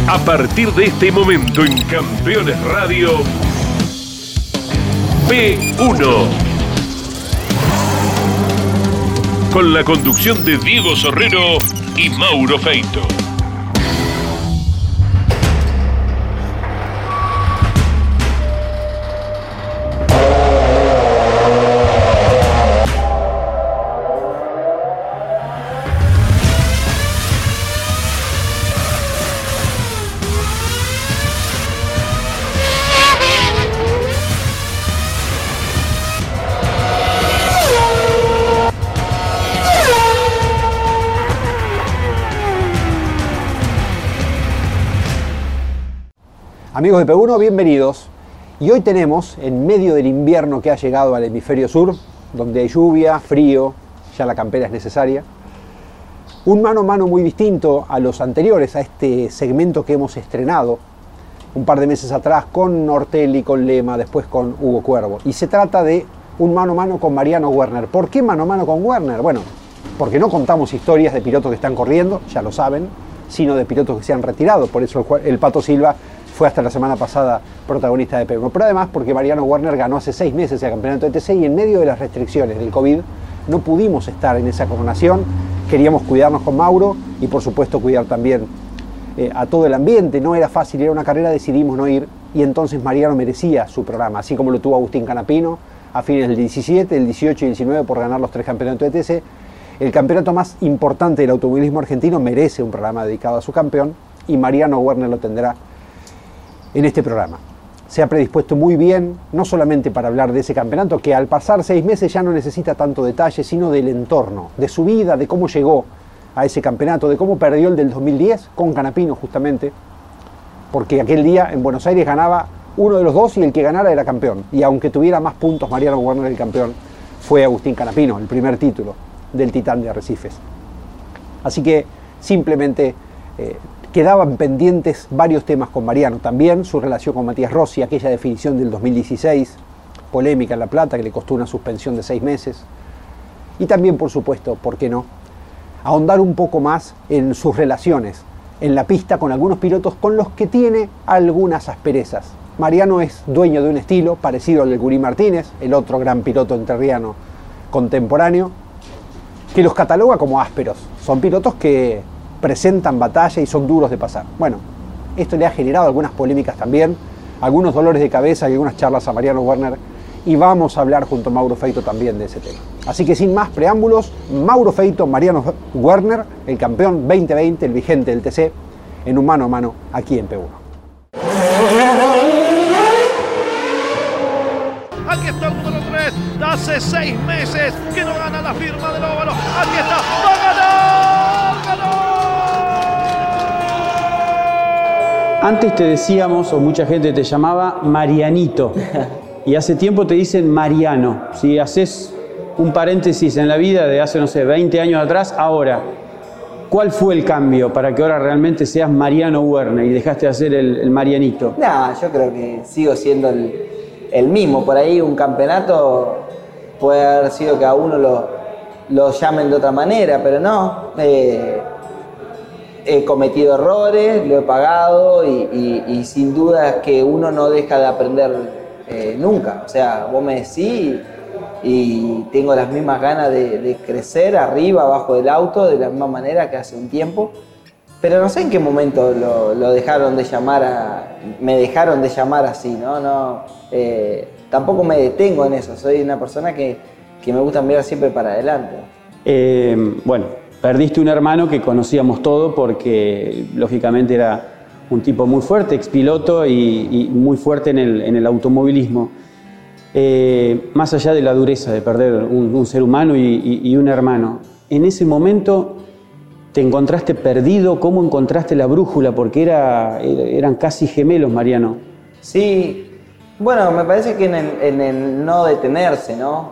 A partir de este momento en Campeones Radio, P1. Con la conducción de Diego Sorrero y Mauro Feito. Amigos de P1, bienvenidos. Y hoy tenemos, en medio del invierno que ha llegado al hemisferio sur, donde hay lluvia, frío, ya la campera es necesaria, un mano a mano muy distinto a los anteriores, a este segmento que hemos estrenado un par de meses atrás con Ortelli, con Lema, después con Hugo Cuervo. Y se trata de un mano a mano con Mariano Werner. ¿Por qué mano a mano con Werner? Bueno, porque no contamos historias de pilotos que están corriendo, ya lo saben, sino de pilotos que se han retirado. Por eso el Pato Silva fue hasta la semana pasada protagonista de P1. Pero además porque Mariano Werner ganó hace 6 meses el campeonato de TC y en medio de las restricciones del COVID no pudimos estar en esa coronación. Queríamos cuidarnos con Mauro y por supuesto cuidar también a todo el ambiente. No era fácil, era una carrera, decidimos no ir y entonces Mariano merecía su programa, así como lo tuvo Agustín Canapino a fines del 17, el 18 y el 19 por ganar los 3 campeonatos de TC. El campeonato más importante del automovilismo argentino merece un programa dedicado a su campeón y Mariano Werner lo tendrá en este programa. Se ha predispuesto muy bien, no solamente para hablar de ese campeonato, que al pasar 6 meses ya no necesita tanto detalle, sino del entorno, de su vida, de cómo llegó a ese campeonato, de cómo perdió el del 2010 con Canapino justamente, porque aquel día en Buenos Aires ganaba uno de los dos y el que ganara era campeón. Y aunque tuviera más puntos Mariano Werner, el campeón fue Agustín Canapino, el primer título del Titán de Arrecifes. Así que simplemente quedaban pendientes varios temas con Mariano, también su relación con Matías Rossi, aquella definición del 2016, polémica en La Plata que le costó una suspensión de 6 meses, y también por supuesto, ¿por qué no?, ahondar un poco más en sus relaciones en la pista con algunos pilotos con los que tiene algunas asperezas. Mariano es dueño de un estilo parecido al de Curí Martínez, el otro gran piloto entrerriano contemporáneo, que los cataloga como ásperos. Son pilotos que presentan batalla y son duros de pasar. Bueno, esto le ha generado algunas polémicas también, algunos dolores de cabeza y algunas charlas a Mariano Werner, y vamos a hablar junto a Mauro Feito también de ese tema. Así que sin más preámbulos, Mauro Feito, Mariano Werner, el campeón 2020, el vigente del TC, en un mano a mano aquí en P1. Aquí está el número 3, hace 6 meses que no gana la firma del óvalo. Aquí está, ¡va a ganar! ¡Ganó! Antes te decíamos, o mucha gente te llamaba Marianito, y hace tiempo te dicen Mariano. Si haces un paréntesis en la vida de hace, no sé, 20 años atrás, ahora, ¿cuál fue el cambio para que ahora realmente seas Mariano Werner y dejaste de hacer el Marianito? Yo creo que sigo siendo el mismo. Por ahí un campeonato puede haber sido que a uno lo llamen de otra manera, pero no. He cometido errores, lo he pagado y sin duda es que uno no deja de aprender nunca. O sea, vos me decís y tengo las mismas ganas de crecer arriba, abajo del auto, de la misma manera que hace un tiempo. Pero no sé en qué momento lo dejaron de llamar me dejaron de llamar así, ¿no? Tampoco me detengo en eso, soy una persona que me gusta mirar siempre para adelante. Bueno, perdiste un hermano que conocíamos todo porque lógicamente era un tipo muy fuerte, expiloto y muy fuerte en el automovilismo. Más allá de la dureza de perder un ser humano y un hermano, en ese momento ¿te encontraste perdido? ¿Cómo encontraste la brújula? Porque eran casi gemelos, Mariano. Sí, bueno, me parece que en el no detenerse, ¿no?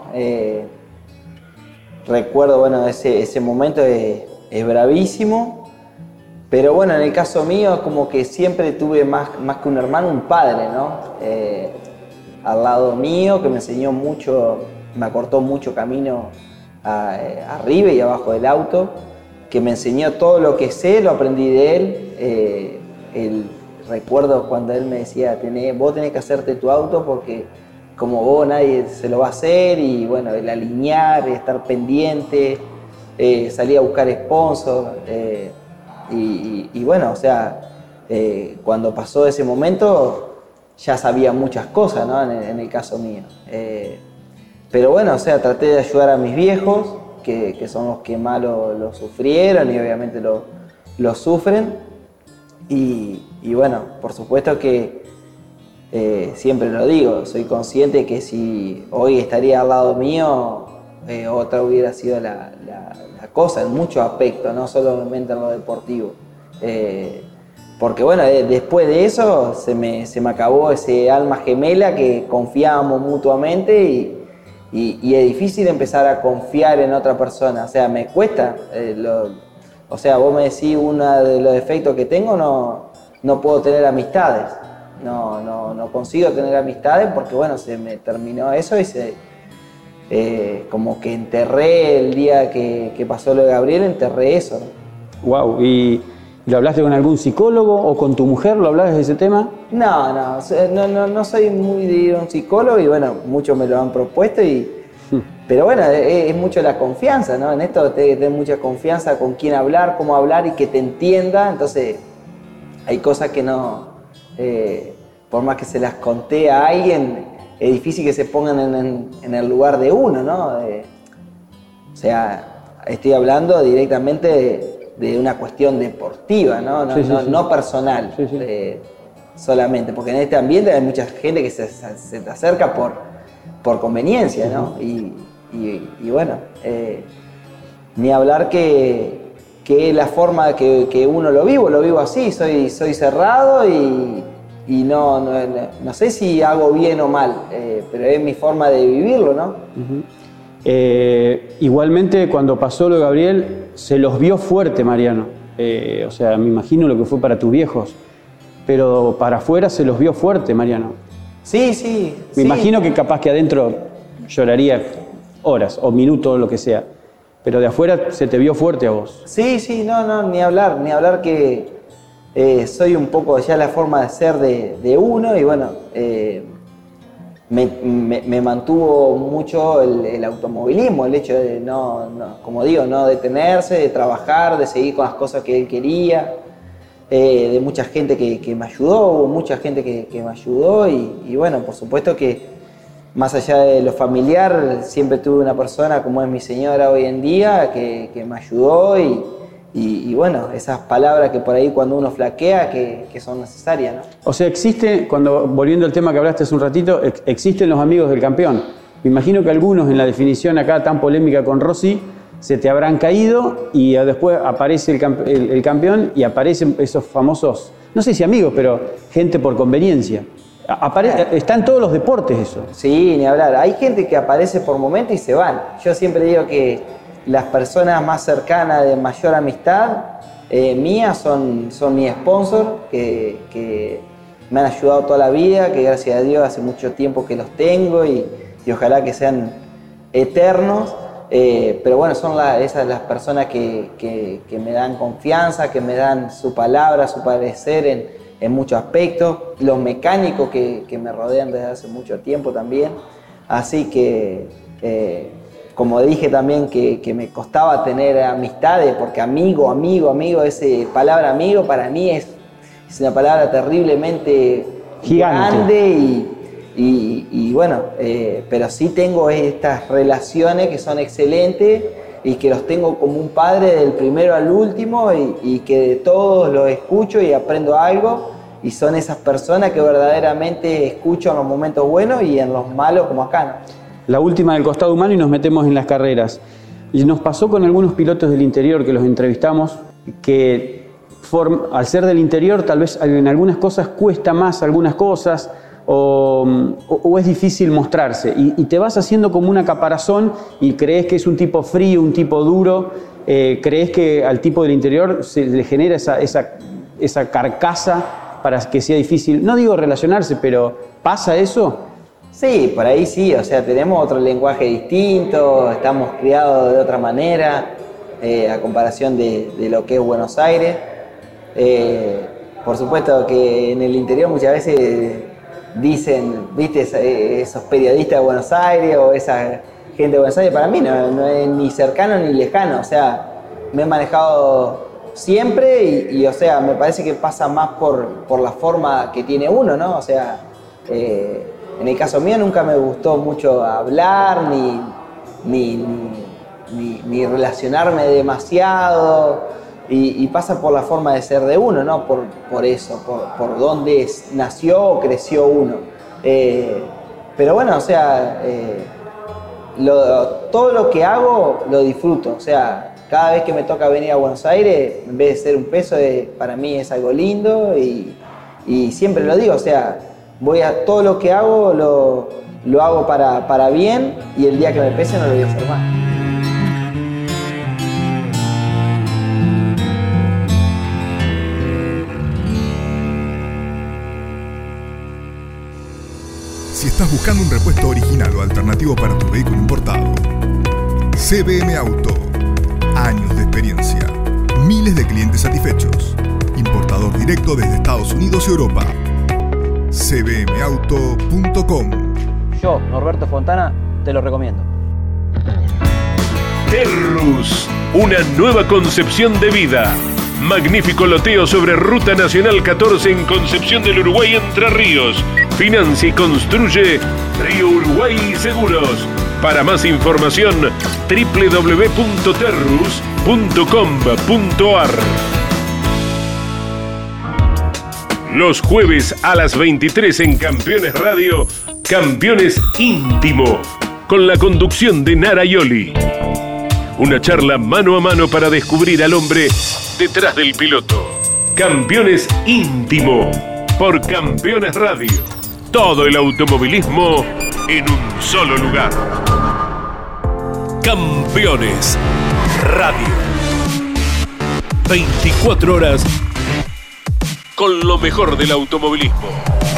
Recuerdo, bueno, ese momento es bravísimo, pero bueno, en el caso mío es como que siempre tuve más que un hermano, un padre, ¿no? Al lado mío, que me enseñó mucho, me acortó mucho camino arriba y abajo del auto, que me enseñó todo lo que sé, lo aprendí de él. recuerdo cuando él me decía, vos tenés que hacerte tu auto porque como vos nadie se lo va a hacer, y bueno, el alinear, estar pendiente, salir a buscar sponsor, y bueno, o sea, cuando pasó ese momento ya sabía muchas cosas, ¿no? En el caso mío. Pero bueno, o sea, traté de ayudar a mis viejos, que son los que más lo sufrieron y obviamente lo sufren. Y bueno, por supuesto que siempre lo digo, soy consciente que si hoy estaría al lado mío, otra hubiera sido la cosa en muchos aspectos, no solamente en lo deportivo. Porque bueno, después de eso se me acabó ese alma gemela que confiábamos mutuamente, y es difícil empezar a confiar en otra persona. O sea, me cuesta. O sea, vos me decís, uno de los defectos que tengo, no puedo tener amistades. No consigo tener amistades porque bueno, se me terminó eso y como que enterré el día que pasó lo de Gabriel, enterré eso, ¿no? Wow, ¿y lo hablaste con algún psicólogo o con tu mujer? ¿Lo hablabas de ese tema? No soy muy de ir a un psicólogo, y bueno, muchos me lo han propuesto, pero bueno, es mucho la confianza, ¿no? En esto tenés que tener mucha confianza con quién hablar, cómo hablar y que te entienda. Entonces hay cosas que no, por más que se las conté a alguien, es difícil que se pongan en el lugar de uno, ¿no? O sea, estoy hablando directamente de una cuestión deportiva, ¿no? No personal, solamente, porque en este ambiente hay mucha gente que se te acerca por conveniencia, ¿no? Y bueno, ni hablar que la forma que uno lo vivo así, soy cerrado, y no sé si hago bien o mal, pero es mi forma de vivirlo, ¿no? Igualmente, cuando pasó lo de Gabriel, se los vio fuerte, Mariano. O sea, me imagino lo que fue para tus viejos, pero para afuera se los vio fuerte, Mariano. Sí. Me imagino que capaz que adentro lloraría horas o minutos, lo que sea, pero de afuera se te vio fuerte a vos. Sí, no, ni hablar que soy un poco ya la forma de ser de uno, y bueno, me mantuvo mucho el automovilismo, el hecho de como digo, no detenerse, de trabajar, de seguir con las cosas que él quería, de mucha gente que me ayudó, hubo mucha gente que me ayudó, y bueno, por supuesto que más allá de lo familiar, siempre tuve una persona como es mi señora hoy en día que me ayudó, y bueno, esas palabras que por ahí cuando uno flaquea que son necesarias, ¿no? O sea, volviendo al tema que hablaste hace un ratito, existen los amigos del campeón. Me imagino que algunos en la definición acá tan polémica con Rossi se te habrán caído, y después aparece el campeón y aparecen esos famosos, no sé si amigos, pero gente por conveniencia. Está en todos los deportes eso. Sí, ni hablar. Hay gente que aparece por momentos y se van. Yo siempre digo que las personas más cercanas de mayor amistad mía son mis sponsors, que me han ayudado toda la vida, que gracias a Dios hace mucho tiempo que los tengo, y ojalá que sean eternos. Pero bueno, son esas las personas que me dan confianza, que me dan su palabra, su parecer en muchos aspectos. Los mecánicos que me rodean desde hace mucho tiempo también. Así que, como dije también, que me costaba tener amistades, porque amigo, esa palabra amigo para mí es una palabra terriblemente grande, y bueno, pero sí tengo estas relaciones que son excelentes, y que los tengo como un padre del primero al último, y que de todos los escucho y aprendo algo, y son esas personas que verdaderamente escucho en los momentos buenos y en los malos, como acá, ¿no? La última del costado humano, y nos metemos en las carreras. Y nos pasó con algunos pilotos del interior que los entrevistamos, que al ser del interior tal vez en algunas cosas cuesta más algunas cosas, o es difícil mostrarse, y te vas haciendo como una caparazón y crees que es un tipo frío, un tipo duro, crees que al tipo del interior se le genera esa carcasa para que sea difícil, no digo relacionarse, pero ¿pasa eso? Sí, por ahí sí, o sea, tenemos otro lenguaje distinto, estamos criados de otra manera, a comparación de lo que es Buenos Aires. por supuesto que en el interior muchas veces dicen, viste, esos periodistas de Buenos Aires o esa gente de Buenos Aires, para mí no es ni cercano ni lejano, o sea, me he manejado siempre y o sea, me parece que pasa más por la forma que tiene uno, ¿no? O sea, en el caso mío nunca me gustó mucho hablar ni relacionarme demasiado y pasa por la forma de ser de uno, ¿no? Por eso, por dónde nació o creció uno. Pero bueno, o sea, todo lo que hago lo disfruto, o sea, cada vez que me toca venir a Buenos Aires, en vez de ser un peso, para mí es algo lindo y siempre lo digo, o sea, todo lo que hago lo hago para bien y el día que me pese no lo voy a hacer más. Si estás buscando un repuesto original o alternativo para tu vehículo importado, CBM Auto. Años de experiencia, miles de clientes satisfechos. Importador directo desde Estados Unidos y Europa. cbmauto.com. Yo, Norberto Fontana, te lo recomiendo. Terrus, una nueva concepción de vida. Magnífico loteo sobre Ruta Nacional 14 en Concepción del Uruguay, Entre Ríos. Financia y construye Río Uruguay Seguros. Para más información, www.terrus.com.ar. Los jueves a las 23 en Campeones Radio, Campeones Íntimo, con la conducción de Nara Ioli. Una charla mano a mano para descubrir al hombre detrás del piloto. Campeones Íntimo, por Campeones Radio. Todo el automovilismo en un solo lugar. Campeones Radio. 24 horas con lo mejor del automovilismo.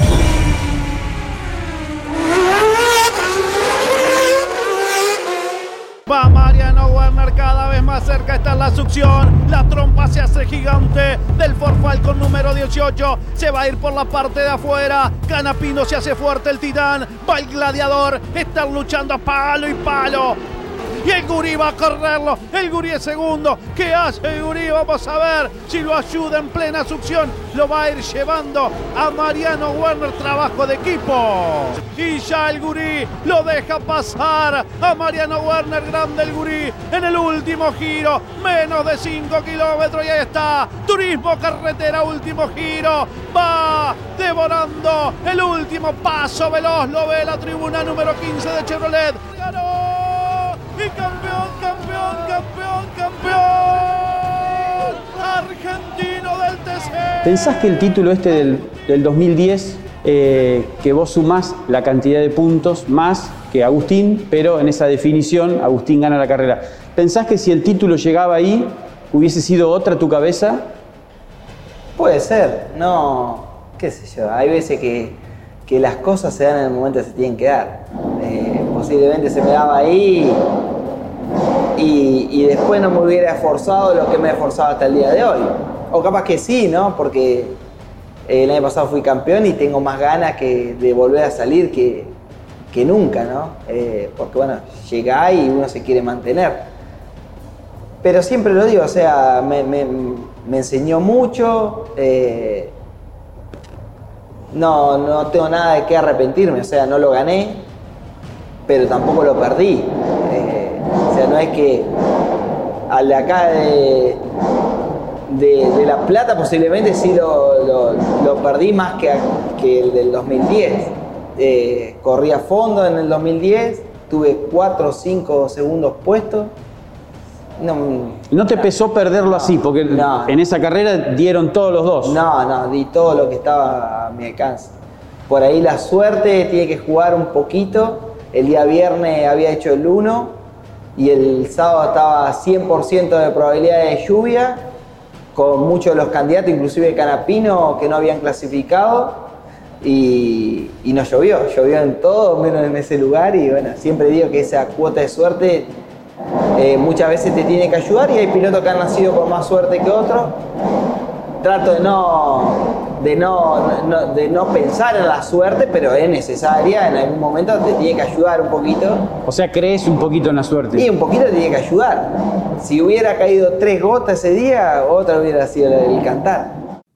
Va Mariano Werner, cada vez más cerca está la succión. La trompa se hace gigante del Ford Falcon número 18. Se va a ir por la parte de afuera. Canapino se hace fuerte, el titán. Va el gladiador. Están luchando a palo y palo. Y el Gurí va a correrlo. El Gurí es segundo. ¿Qué hace el Gurí? Vamos a ver si lo ayuda en plena succión. Lo va a ir llevando a Mariano Werner. Trabajo de equipo. Y ya el Gurí lo deja pasar a Mariano Werner. Grande el Gurí en el último giro. Menos de 5 kilómetros. Y ahí está. Turismo Carretera, último giro. Va devorando el último paso veloz. Lo ve la tribuna número 15 de Chevrolet. ¡Ganó! Y campeón argentino del TC. ¿Pensás que el título este del 2010, que vos sumás la cantidad de puntos más que Agustín, pero en esa definición Agustín gana la carrera? ¿Pensás que si el título llegaba ahí, hubiese sido otra tu cabeza? Puede ser, no, qué sé yo, hay veces que las cosas se dan en el momento que se tienen que dar. Posiblemente se me daba ahí y después no me hubiera esforzado lo que me he esforzado hasta el día de hoy. O capaz que sí, ¿no? Porque el año pasado fui campeón y tengo más ganas de volver a salir que nunca, ¿no? Porque bueno, llega y uno se quiere mantener. Pero siempre lo digo, o sea, me enseñó mucho. No tengo nada de qué arrepentirme, o sea, no lo gané, pero tampoco lo perdí. O sea, no es que al de acá de La Plata posiblemente sí lo perdí más que el del 2010. Corrí a fondo en el 2010, tuve 4 o 5 segundos puestos. ¿No te pesó perderlo así? Porque en esa carrera dieron todos los dos. No, di todo lo que estaba a mi alcance. Por ahí la suerte tiene que jugar un poquito. El día viernes había hecho el 1 y el sábado estaba 100% de probabilidad de lluvia, con muchos de los candidatos, inclusive Canapino, que no habían clasificado, y no llovió en todo, menos en ese lugar. Y bueno, siempre digo que esa cuota de suerte muchas veces te tiene que ayudar, y hay pilotos que han nacido con más suerte que otros. trato de no pensar en la suerte, pero es necesaria, en algún momento te tiene que ayudar un poquito. O sea, crees un poquito en la suerte. Y un poquito te tiene que ayudar. Si hubiera caído 3 gotas ese día, otra hubiera sido el cantar.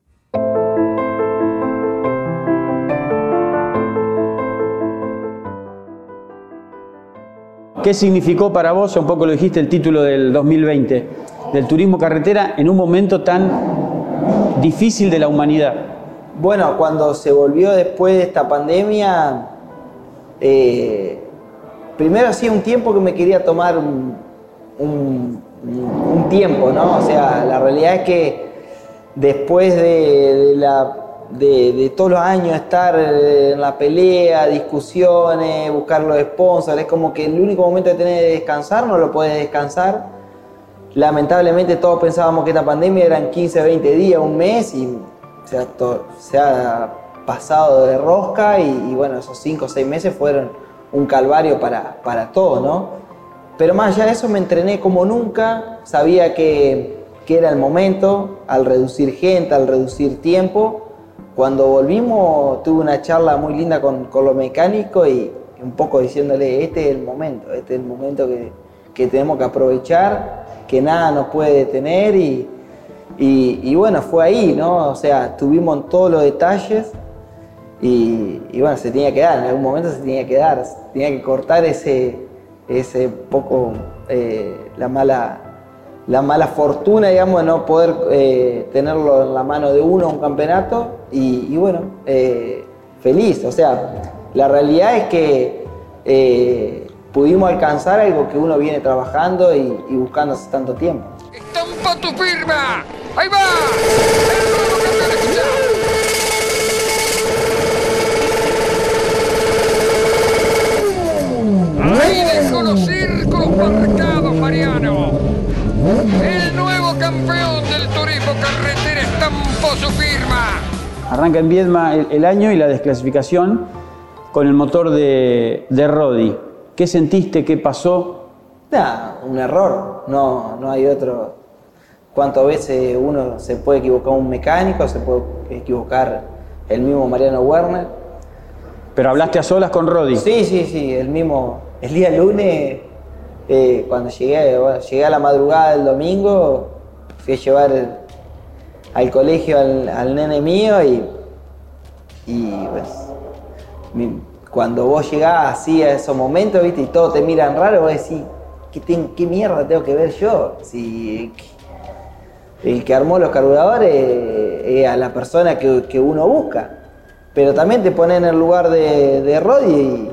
¿Qué significó para vos, un poco lo dijiste, el título del 2020, del turismo carretera en un momento tan difícil de la humanidad? Bueno, cuando se volvió después de esta pandemia, primero hacía un tiempo que me quería tomar un tiempo, ¿no? O sea, la realidad es que después de todos los años estar en la pelea, discusiones, buscar los sponsors, es como que el único momento que tenés de descansar no lo podés descansar. Lamentablemente todos pensábamos que esta pandemia eran 15, 20 días, un mes y se ha pasado de rosca y bueno, esos 5 o 6 meses fueron un calvario para todos, ¿no? Pero más allá de eso me entrené como nunca, sabía que era el momento, al reducir gente, al reducir tiempo. Cuando volvimos tuve una charla muy linda con los mecánicos y un poco diciéndole, este es el momento que tenemos que aprovechar, que nada nos puede detener y bueno, fue ahí, ¿no? O sea, tuvimos en todos los detalles y bueno, se tenía que dar, en algún momento se tenía que dar, tenía que cortar ese poco, la mala fortuna, digamos, de no poder tenerlo en la mano de uno, un campeonato, y bueno, feliz. O sea, la realidad es que pudimos alcanzar algo que uno viene trabajando y buscando hace tanto tiempo. ¡Estampa tu firma! ¡Ahí va! ¡El nuevo campeón escuchado! Ahí dejó los círculos marcados, Mariano. El nuevo campeón del turismo carretera estampó su firma. Arranca en Viedma el año y la desclasificación con el motor de Rodi. ¿Qué sentiste? ¿Qué pasó? Nada, un error, no hay otro. ¿Cuántas veces uno se puede equivocar un mecánico, se puede equivocar el mismo Mariano Werner? ¿Pero hablaste a solas con Rodi? Sí, el día lunes, cuando llegué a la madrugada del domingo, fui a llevar al colegio al nene mío y pues, cuando vos llegás así a esos momentos, ¿viste? Y todos te miran raro, vos decís, ¿qué mierda tengo que ver yo? Si el que armó los carburadores es a la persona que uno busca. Pero también te pones en el lugar de Rodi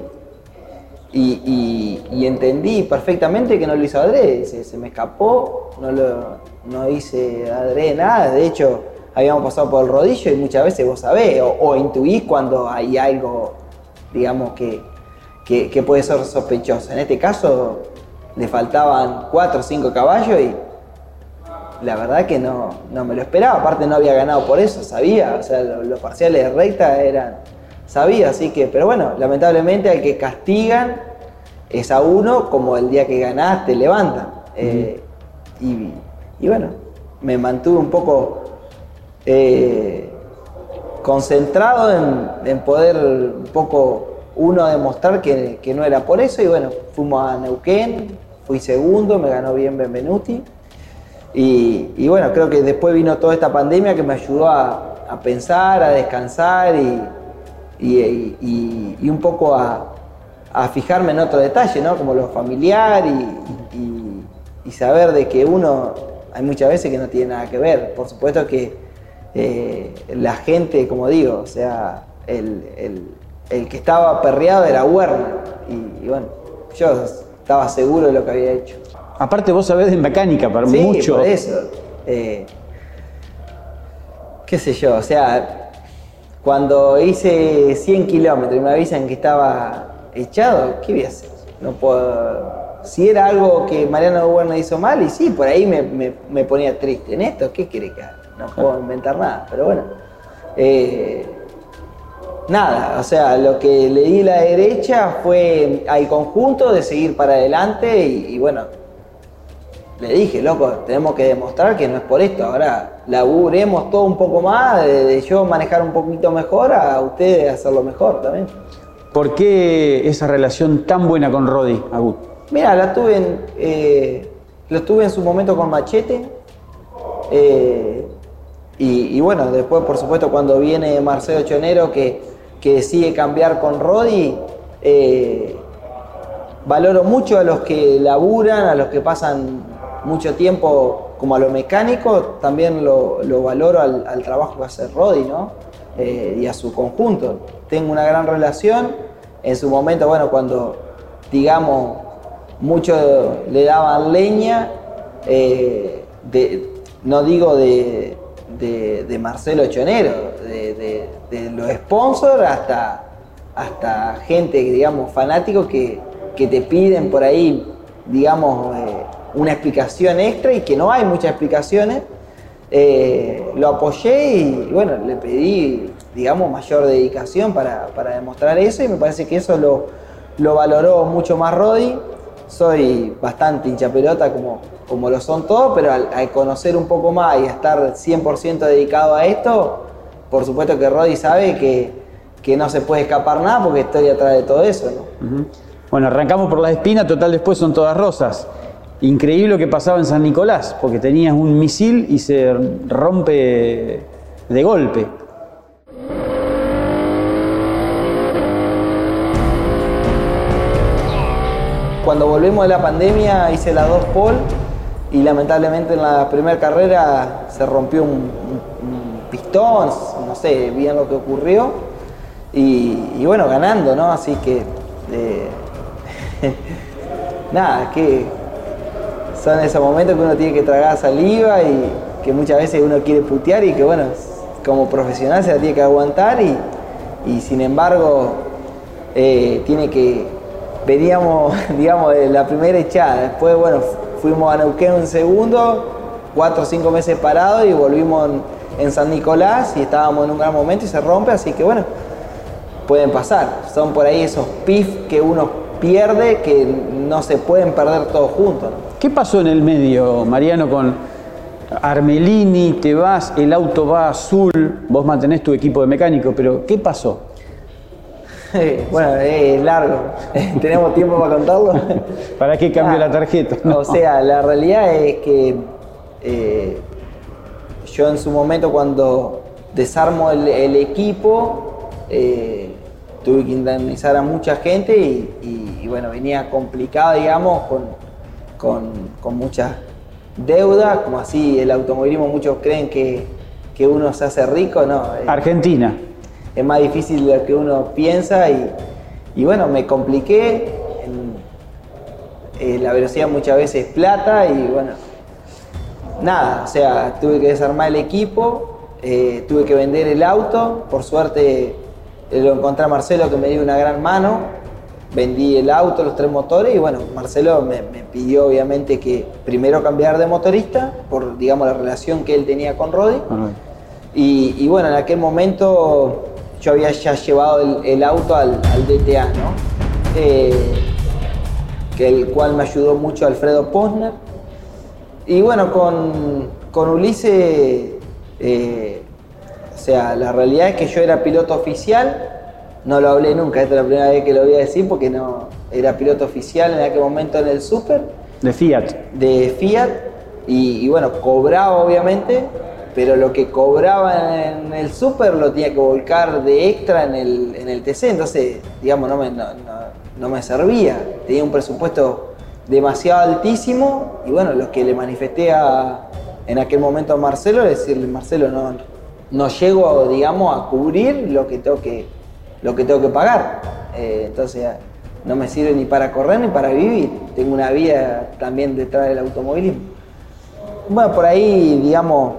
y entendí perfectamente que no lo hizo adrede. Se me escapó, no hice adrede nada. De hecho, habíamos pasado por el rodillo y muchas veces vos sabés o intuís cuando hay algo, digamos, que puede ser sospechoso. En este caso, le faltaban 4 o 5 caballos y la verdad que no me lo esperaba. Aparte no había ganado por eso, sabía. O sea, los parciales de recta sabía, así que, pero bueno, lamentablemente al que castigan es a uno, como el día que ganás te levantan. Y bueno, me mantuve un poco concentrado en poder un poco uno demostrar que no era por eso. Y bueno, fuimos a Neuquén, fui segundo, me ganó bien Benvenuti. Y bueno, creo que después vino toda esta pandemia que me ayudó a pensar, a descansar y un poco a fijarme en otro detalle, ¿no? Como lo familiar y saber de que uno hay muchas veces que no tiene nada que ver. Por supuesto que la gente, como digo, o sea, el que estaba perreado era Werner y bueno, yo estaba seguro de lo que había hecho. Aparte vos sabés de mecánica, para mucho. Sí, por eso. Qué sé yo, o sea, cuando hice 100 kilómetros y me avisan que estaba echado, ¿qué voy a hacer? No puedo. Si era algo que Mariano Werner hizo mal, y sí, por ahí me ponía triste. En esto, ¿qué quiere que haga? No puedo inventar nada, pero bueno. Nada, o sea, lo que le di la derecha fue al conjunto de seguir para adelante y bueno, le dije, loco, tenemos que demostrar que no es por esto, ahora laburemos todo un poco más, de yo manejar un poquito mejor a ustedes hacerlo mejor también. ¿Por qué esa relación tan buena con Rodi, Agut? Mira, lo tuve en su momento con Machete, y bueno, después por supuesto cuando viene Marcelo Chonero que decide cambiar con Rodi, valoro mucho a los que laburan, a los que pasan mucho tiempo como a lo mecánico, también lo valoro al trabajo que hace Rodi, ¿no? Y a su conjunto. Tengo una gran relación. En su momento, bueno, cuando digamos muchos le daban leña, no digo de Marcelo Chonero, de los sponsors hasta gente, digamos, fanáticos que te piden por ahí, digamos, una explicación extra y que no hay muchas explicaciones. Lo apoyé y bueno, le pedí, digamos, mayor dedicación para demostrar eso, y me parece que eso lo valoró mucho más Rodi. Soy bastante hincha pelota como lo son todos, pero al conocer un poco más y a estar 100% dedicado a esto, por supuesto que Rodi sabe que no se puede escapar nada porque estoy atrás de todo eso, ¿no? Uh-huh. Bueno, arrancamos por las espinas, total después son todas rosas. Increíble lo que pasaba en San Nicolás, porque tenías un misil y se rompe de golpe. Cuando volvemos de la pandemia hice las 2 pole y lamentablemente en la primera carrera se rompió un pistón, no sé bien lo que ocurrió, y bueno, ganando, ¿no? Así que nada, que son esos momentos que uno tiene que tragar saliva y que muchas veces uno quiere putear y que bueno, como profesional se la tiene que aguantar y sin embargo tiene que... Veníamos, digamos, de la primera echada, después bueno, fuimos a Neuquén un segundo, 4 o 5 meses parados y volvimos en San Nicolás y estábamos en un gran momento y se rompe, así que bueno, pueden pasar, son por ahí esos pif que uno pierde que no se pueden perder todos juntos, ¿no? ¿Qué pasó en el medio, Mariano, con Armelini? Te vas, el auto va azul, vos mantenés tu equipo de mecánico, pero ¿qué pasó? Bueno, es largo. ¿Tenemos tiempo para contarlo? ¿Para qué cambio la tarjeta? No. O sea, la realidad es que yo en su momento cuando desarmo el equipo tuve que indemnizar a mucha gente y bueno, venía complicado, digamos, con muchas deudas, como así el automovilismo, muchos creen que uno se hace rico, no. Argentina. Es más difícil de lo que uno piensa y bueno, me compliqué. La velocidad muchas veces es plata y bueno, nada, o sea, tuve que desarmar el equipo, tuve que vender el auto. Por suerte lo encontré a Marcelo que me dio una gran mano, vendí el auto, los 3 motores y bueno, Marcelo me pidió obviamente que primero cambiar de motorista por, digamos, la relación que él tenía con Rodi. Y bueno, en aquel momento yo había ya llevado el auto al DTA, ¿no? Que el cual me ayudó mucho Alfredo Posner. Y bueno, con Ulises, o sea, la realidad es que yo era piloto oficial, no lo hablé nunca, esta es la primera vez que lo voy a decir porque no era piloto oficial en aquel momento en el Super. De Fiat. De Fiat, y bueno, cobraba obviamente, pero lo que cobraba en el Super lo tenía que volcar de extra en el TC, entonces, digamos, no me servía. Tenía un presupuesto demasiado altísimo y bueno, lo que le manifesté en aquel momento a Marcelo es decirle, Marcelo, no llego, digamos, a cubrir lo que tengo que pagar. Entonces, no me sirve ni para correr ni para vivir. Tengo una vida también detrás del automovilismo. Bueno, por ahí, digamos,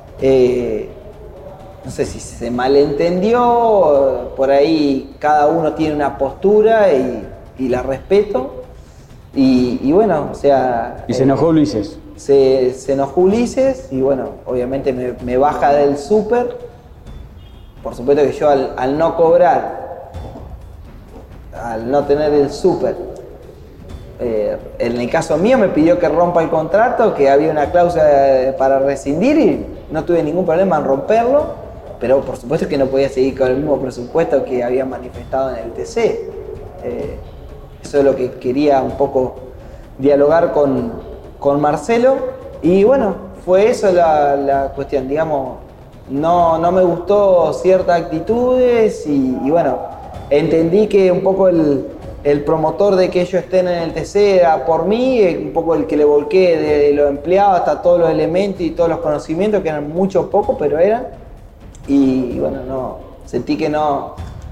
no sé si se malentendió, por ahí cada uno tiene una postura y la respeto. Y bueno, o sea... Y se enojó Ulises. Se enojó Ulises y bueno, obviamente me baja del Super. Por supuesto que yo al no cobrar, al no tener el Super en el caso mío me pidió que rompa el contrato, que había una cláusula para rescindir y no tuve ningún problema en romperlo, pero por supuesto que no podía seguir con el mismo presupuesto que había manifestado en el TC. Eso es lo que quería un poco dialogar con Marcelo y bueno, fue eso la cuestión, digamos, no me gustó ciertas actitudes y bueno, entendí que un poco el promotor de que ellos estén en el TC era por mí, un poco el que le volqué de los empleados hasta todos los elementos y todos los conocimientos, que eran muchos pocos, pero eran. Y bueno, sentí que no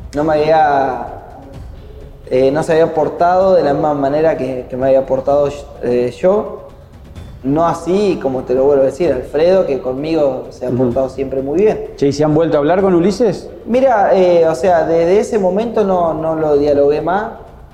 se había portado de la misma manera que me había portado yo. No así, como te lo vuelvo a decir, Alfredo, que conmigo se ha portado siempre muy bien. Che, ¿y se han vuelto a hablar con Ulises? Mira, o sea, desde ese momento no lo dialogué más,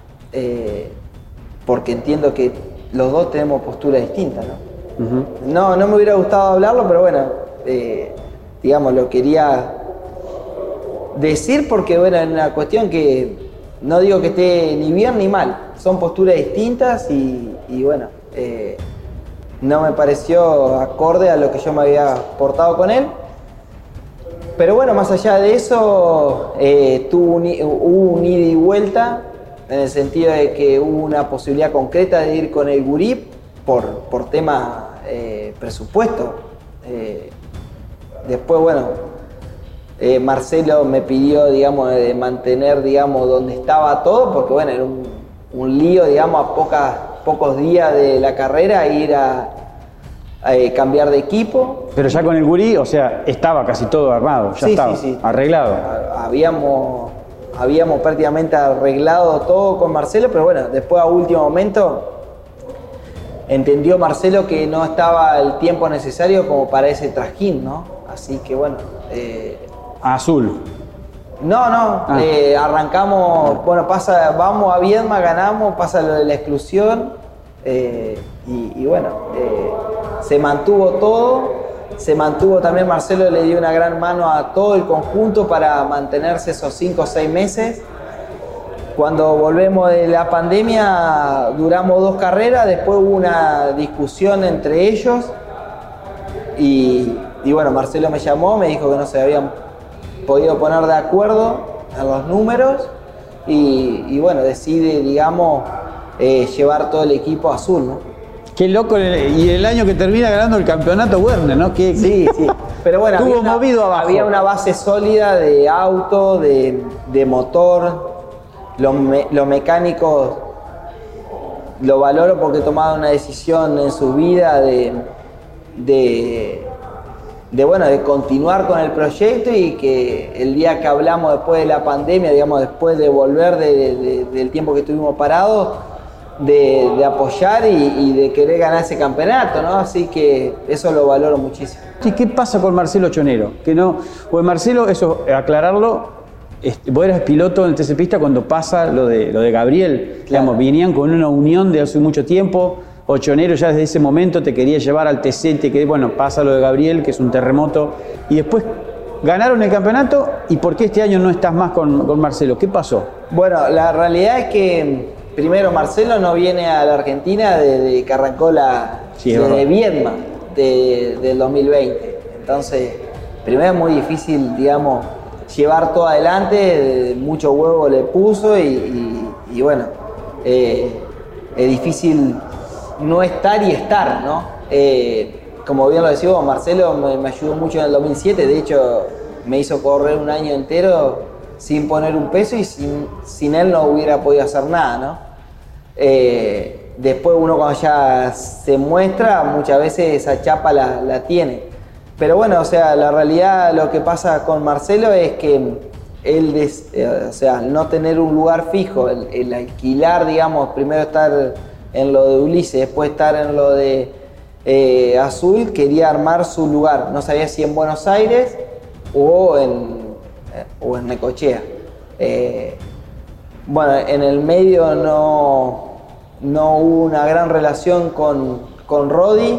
porque entiendo que los dos tenemos posturas distintas, ¿no? No me hubiera gustado hablarlo, pero bueno, digamos, lo quería decir porque, bueno, es una cuestión que no digo que esté ni bien ni mal, son posturas distintas y bueno, no me pareció acorde a lo que yo me había portado con él. Pero bueno, más allá de eso, hubo un ida y vuelta, en el sentido de que hubo una posibilidad concreta de ir con el Gurí por tema presupuesto. Después, bueno, Marcelo me pidió, digamos, de mantener, digamos, donde estaba todo, porque bueno, era un lío, digamos, a pocos días de la carrera ir a cambiar de equipo. Pero ya con el Gurí, o sea, estaba casi todo armado, ya estaba arreglado. Habíamos prácticamente arreglado todo con Marcelo, pero bueno, después a último momento entendió Marcelo que no estaba el tiempo necesario como para ese trajín, ¿no? Así que bueno. Azul. No, arrancamos, bueno, vamos a Viedma, ganamos, pasa lo de la exclusión y bueno, se mantuvo todo, se mantuvo también, Marcelo le dio una gran mano a todo el conjunto para mantenerse esos 5 o 6 meses. Cuando volvemos de la pandemia duramos 2 carreras, después hubo una discusión entre ellos y bueno, Marcelo me llamó, me dijo que no se habían podido poner de acuerdo en los números y bueno, decide, digamos, llevar todo el equipo azul, ¿no? Qué loco, y el año que termina ganando el campeonato Werner, ¿no? Sí, pero bueno, había una base sólida de auto, de motor, los mecánicos lo valoro porque tomaron una decisión en su vida de continuar con el proyecto y que el día que hablamos después de la pandemia, digamos, después de volver del tiempo que estuvimos parados, de apoyar y de querer ganar ese campeonato, ¿no? Así que eso lo valoro muchísimo. ¿Y qué pasa con Marcelo Chonero? Pues Marcelo, eso, aclararlo, vos eras piloto en el TC Pista cuando pasa lo de Gabriel. Claro. Digamos, venían con una unión de hace mucho tiempo. Chonero ya desde ese momento te quería llevar al TC, bueno, pasa lo de Gabriel, que es un terremoto, y después ganaron el campeonato. ¿Y por qué este año no estás más con Marcelo? ¿Qué pasó? Bueno, la realidad es que primero Marcelo no viene a la Argentina desde que arrancó desde Viedma del 2020. Entonces, primero es muy difícil, digamos, llevar todo adelante, mucho huevo le puso y bueno, es difícil no estar y estar, ¿no? Como bien lo decimos, Marcelo me ayudó mucho en el 2007, de hecho me hizo correr un año entero sin poner un peso y sin él no hubiera podido hacer nada, ¿no? Después uno cuando ya se muestra, muchas veces esa chapa la tiene. Pero bueno, o sea, la realidad, lo que pasa con Marcelo es que él, o sea, no tener un lugar fijo, el alquilar, digamos, primero estar en lo de Ulises, después estar en lo de Azul, quería armar su lugar. No sabía si en Buenos Aires o en Necochea. Bueno, en el medio no hubo una gran relación con Rodi,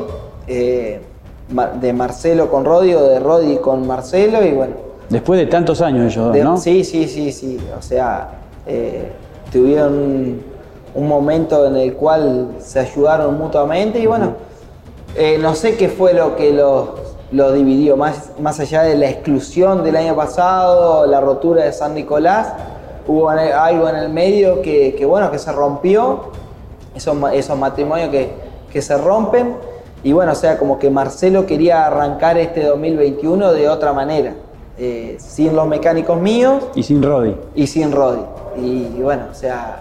de Marcelo con Rodi o de Rodi con Marcelo y bueno. Después de tantos años ellos dos, ¿no? Sí. O sea, tuvieron un momento en el cual se ayudaron mutuamente y bueno, no sé qué fue lo que lo dividió, más allá de la exclusión del año pasado, la rotura de San Nicolás, hubo algo en el medio que se rompió, esos matrimonios que se rompen, y bueno, o sea, como que Marcelo quería arrancar este 2021 de otra manera, sin los mecánicos míos. Y sin Rodi. Y bueno, o sea,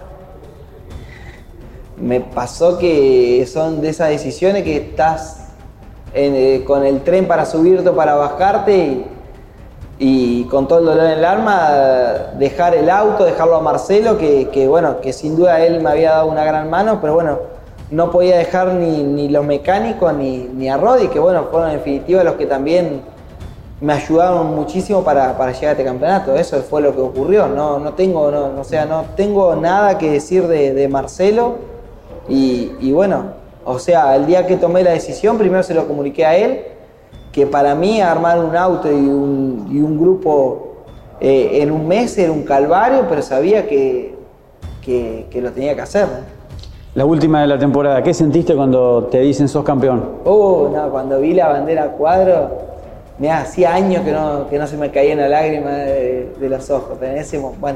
me pasó que son de esas decisiones que estás con el tren para subirte o para bajarte y con todo el dolor en el alma dejar el auto, dejarlo a Marcelo, que sin duda él me había dado una gran mano, pero bueno, no podía dejar ni los mecánicos ni a Rodi, que bueno, fueron en definitiva los que también me ayudaron muchísimo para llegar a este campeonato. Eso fue lo que ocurrió. No tengo nada que decir de Marcelo y bueno, o sea, el día que tomé la decisión, primero se lo comuniqué a él, que para mí armar un auto y un grupo en un mes era un calvario, pero sabía que lo tenía que hacer, ¿no? La última de la temporada, ¿qué sentiste cuando te dicen sos campeón? Cuando vi la bandera a cuadro, mirá, hacía años que no se me caía una lágrima de los ojos, pero en ese momento, bueno,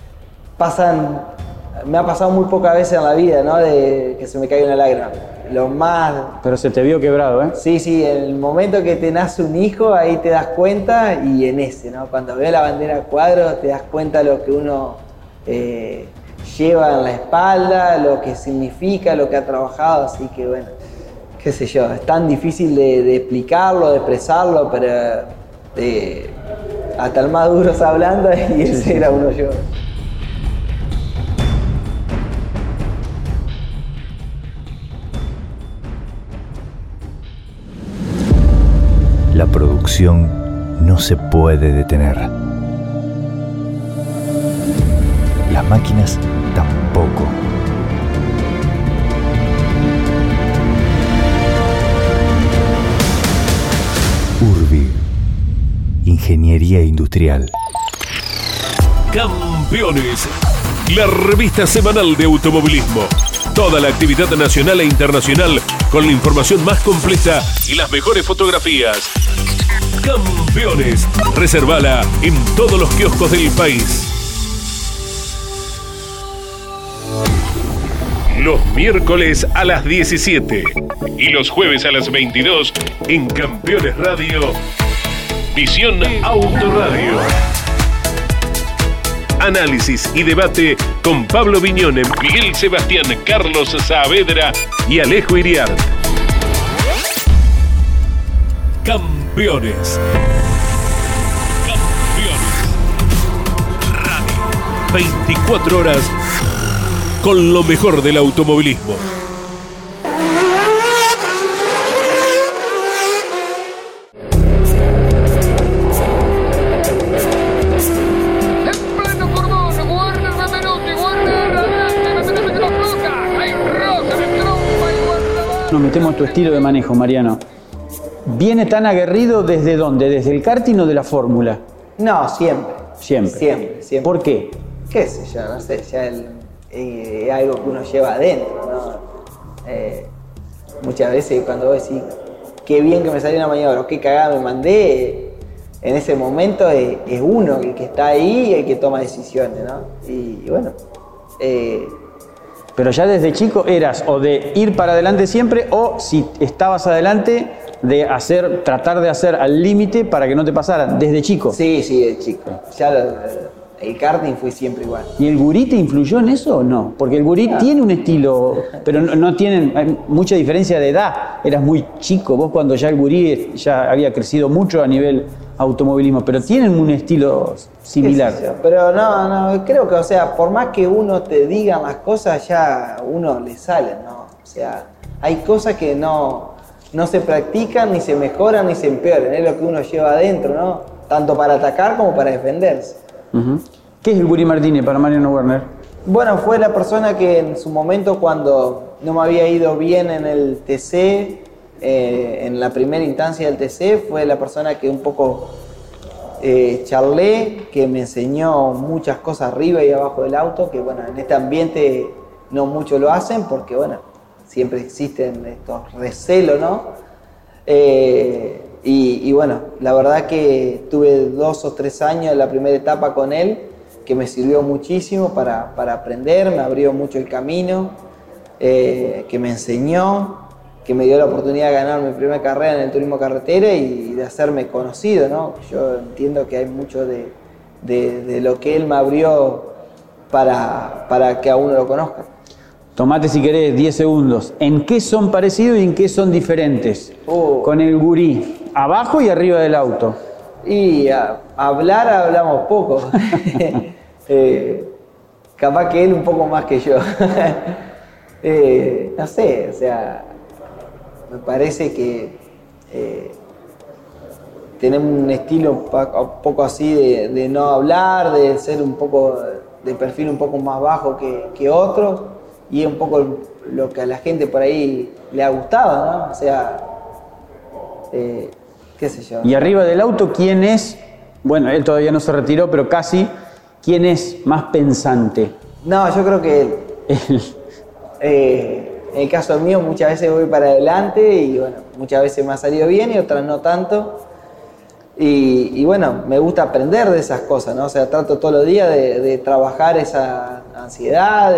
me ha pasado muy pocas veces en la vida, ¿no? De que se me caiga una lágrima. Lo más... Pero se te vio quebrado, ¿eh? Sí, en el momento que te nace un hijo, ahí te das cuenta, y en ese, ¿no? Cuando veo la bandera a cuadro, te das cuenta lo que uno lleva en la espalda, lo que significa, lo que ha trabajado, así que bueno, qué sé yo, es tan difícil de explicarlo, de expresarlo, pero hasta el más duro está hablando y ese era uno yo. La producción no se puede detener. Las máquinas tampoco. Urbi, Ingeniería Industrial. Campeones, la revista semanal de automovilismo. Toda la actividad nacional e internacional con la información más completa y las mejores fotografías. Campeones, reservala en todos los kioscos del país. Los miércoles a las 17 y los jueves a las 22 en Campeones Radio, Visión Autoradio. Análisis y debate con Pablo Viñone, Miguel Sebastián, Carlos Saavedra y Alejo Iriart. Campeones. Radio. 24 horas con lo mejor del automovilismo. Nos metemos en tu estilo de manejo, Mariano. ¿Viene tan aguerrido desde dónde? ¿Desde el karting o de la fórmula? No, siempre. Siempre. ¿Por qué? Qué sé yo, no sé, ya es algo que uno lleva adentro, ¿no? Muchas veces cuando vos decís, qué bien que me salió una maniobra, o qué cagada me mandé, en ese momento es uno el que está ahí y el que toma decisiones, ¿no? Y bueno... Pero ya desde chico eras o de ir para adelante siempre, o si estabas adelante, de tratar de hacer al límite para que no te pasara, desde chico. Sí, de chico. Ya el karting fue siempre igual. ¿Y el gurí te influyó en eso o no? Porque el gurí tiene un estilo, pero no tienen, hay mucha diferencia de edad. Eras muy chico, vos cuando ya el gurí ya había crecido mucho a nivel automovilismo, pero tienen un estilo similar. Pero no, creo que, o sea, por más que uno te diga las cosas, ya uno le sale, ¿no? O sea, hay cosas que no se practican, ni se mejoran, ni se empeoran. Es lo que uno lleva adentro, ¿no? Tanto para atacar como para defenderse. Uh-huh. ¿Qué es el Gurí Martínez para Mariano Werner? Bueno, fue la persona que en su momento, cuando no me había ido bien en el TC, en la primera instancia del TC, fue la persona que un poco charlé, que me enseñó muchas cosas arriba y abajo del auto, que bueno, en este ambiente no muchos lo hacen porque, bueno, siempre existen estos recelos, ¿no? Y bueno, la verdad que tuve 2 o 3 años en la primera etapa con él, que me sirvió muchísimo para aprender, me abrió mucho el camino, que me enseñó, que me dio la oportunidad de ganar mi primera carrera en el turismo carretera y de hacerme conocido, ¿no? Yo entiendo que hay mucho de lo que él me abrió para que a uno lo conozca. Tomate, si querés, 10 segundos. ¿En qué son parecidos y en qué son diferentes? Con el gurí, abajo y arriba del auto. Y hablamos poco. Capaz que él un poco más que yo. No sé, o sea, me parece que tenemos un estilo un poco así de no hablar, de ser un poco de perfil un poco más bajo que otros, y es un poco lo que a la gente por ahí le ha gustado, ¿no? O sea, qué sé yo. Y arriba del auto, ¿quién es? Bueno, él todavía no se retiró, pero casi. ¿Quién es más pensante? No, yo creo que él. En el caso mío, muchas veces voy para adelante y bueno, muchas veces me ha salido bien y otras no tanto. Y bueno, me gusta aprender de esas cosas, ¿no? O sea, trato todos los días de trabajar esa ansiedad,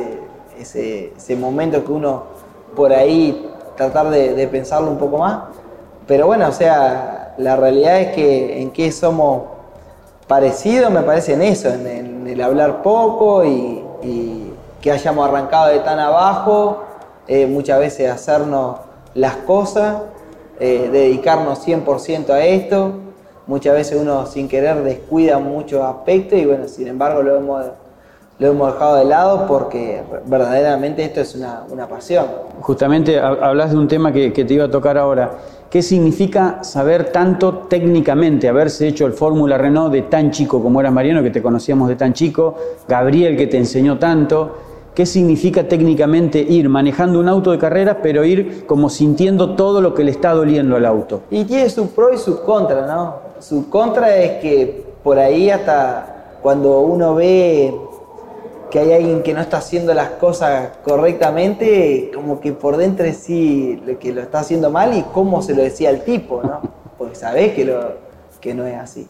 ese momento que uno por ahí tratar de pensarlo un poco más. Pero bueno, o sea, la realidad es que en qué somos parecidos, me parece en eso, en el hablar poco y que hayamos arrancado de tan abajo, muchas veces hacernos las cosas, dedicarnos 100% a esto. Muchas veces uno sin querer descuida muchos aspectos y bueno, sin embargo lo hemos dejado de lado porque verdaderamente esto es una pasión. Justamente hablas de un tema que te iba a tocar ahora. ¿Qué significa saber tanto técnicamente, haberse hecho el Fórmula Renault de tan chico como eras Mariano, que te conocíamos de tan chico, Gabriel, que te enseñó tanto? ¿Qué significa técnicamente ir manejando un auto de carreras, pero ir como sintiendo todo lo que le está doliendo al auto? Y tiene su pro y su contra, ¿no? Su contra es que por ahí hasta cuando uno ve que hay alguien que no está haciendo las cosas correctamente, como que por dentro sí que lo está haciendo mal y cómo se lo decía el tipo, ¿no? Porque sabés que no es así.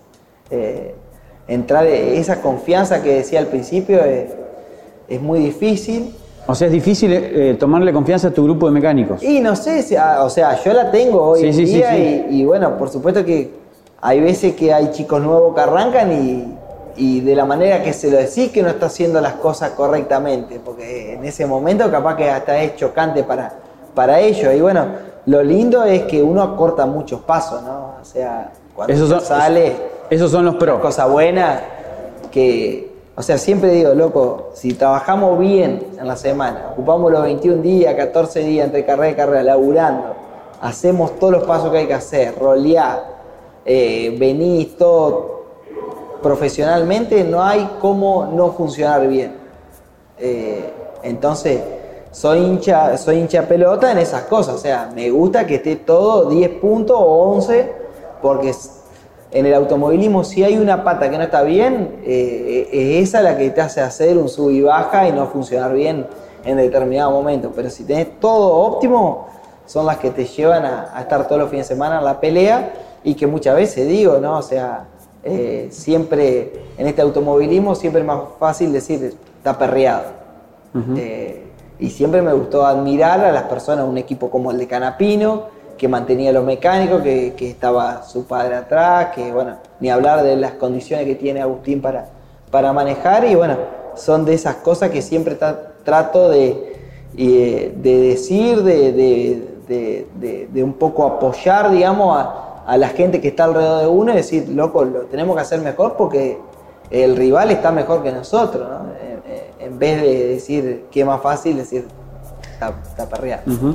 Entrar en esa confianza que decía al principio es muy difícil. O sea, es difícil tomarle confianza a tu grupo de mecánicos. Y no sé, o sea, yo la tengo hoy en día. Sí. Y bueno, por supuesto que hay veces que hay chicos nuevos que arrancan y de la manera que se lo decís que no está haciendo las cosas correctamente, porque en ese momento capaz que hasta es chocante para ellos. Y bueno, lo lindo es que uno acorta muchos pasos, ¿no? O sea, cuando esos son los pros. Cosa buena que, o sea, siempre digo, loco, si trabajamos bien en la semana, ocupamos los 21 días, 14 días entre carrera y carrera, laburando, hacemos todos los pasos que hay que hacer, rolear, venís todo profesionalmente, no hay cómo no funcionar bien. Entonces, soy hincha pelota en esas cosas, o sea, me gusta que esté todo 10 puntos o 11, porque en el automovilismo si hay una pata que no está bien, es esa la que te hace hacer un sub y baja y no funcionar bien en determinado momento. Pero si tenés todo óptimo, son las que te llevan a estar todos los fines de semana en la pelea y que muchas veces digo, ¿no? O sea, siempre en este automovilismo siempre es más fácil decir, está perreado. Uh-huh. Y siempre me gustó admirar a las personas, un equipo como el de Canapino, que mantenía a los mecánicos, que estaba su padre atrás, que bueno, ni hablar de las condiciones que tiene Agustín para manejar, y bueno, son de esas cosas que siempre trato de decir, de un poco apoyar, digamos, a la gente que está alrededor de uno y decir, loco, lo tenemos que hacer mejor porque el rival está mejor que nosotros, ¿no? En vez de decir que es más fácil decir, está perreado. Uh-huh.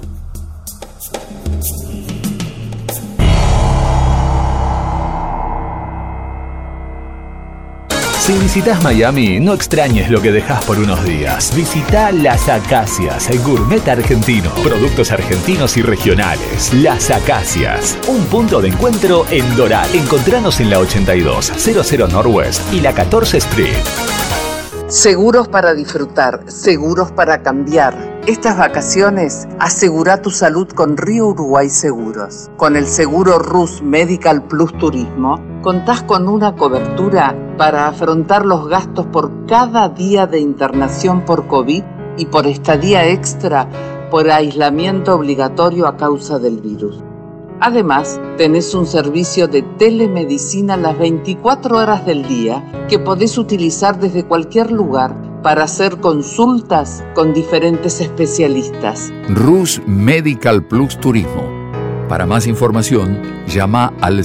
Si visitas Miami, no extrañes lo que dejas por unos días. Visita Las Acacias, el gourmet argentino. Productos argentinos y regionales. Las Acacias, un punto de encuentro en Doral. Encontranos en la 8200 Northwest y la 14 Street. Seguros para disfrutar, seguros para cambiar. Estas vacaciones, asegura tu salud con Río Uruguay Seguros. Con el seguro Rus Medical Plus Turismo, contás con una cobertura para afrontar los gastos por cada día de internación por COVID y por estadía extra por aislamiento obligatorio a causa del virus. Además, tenés un servicio de telemedicina las 24 horas del día que podés utilizar desde cualquier lugar para hacer consultas con diferentes especialistas. Rus Medical Plus Turismo. Para más información, llama al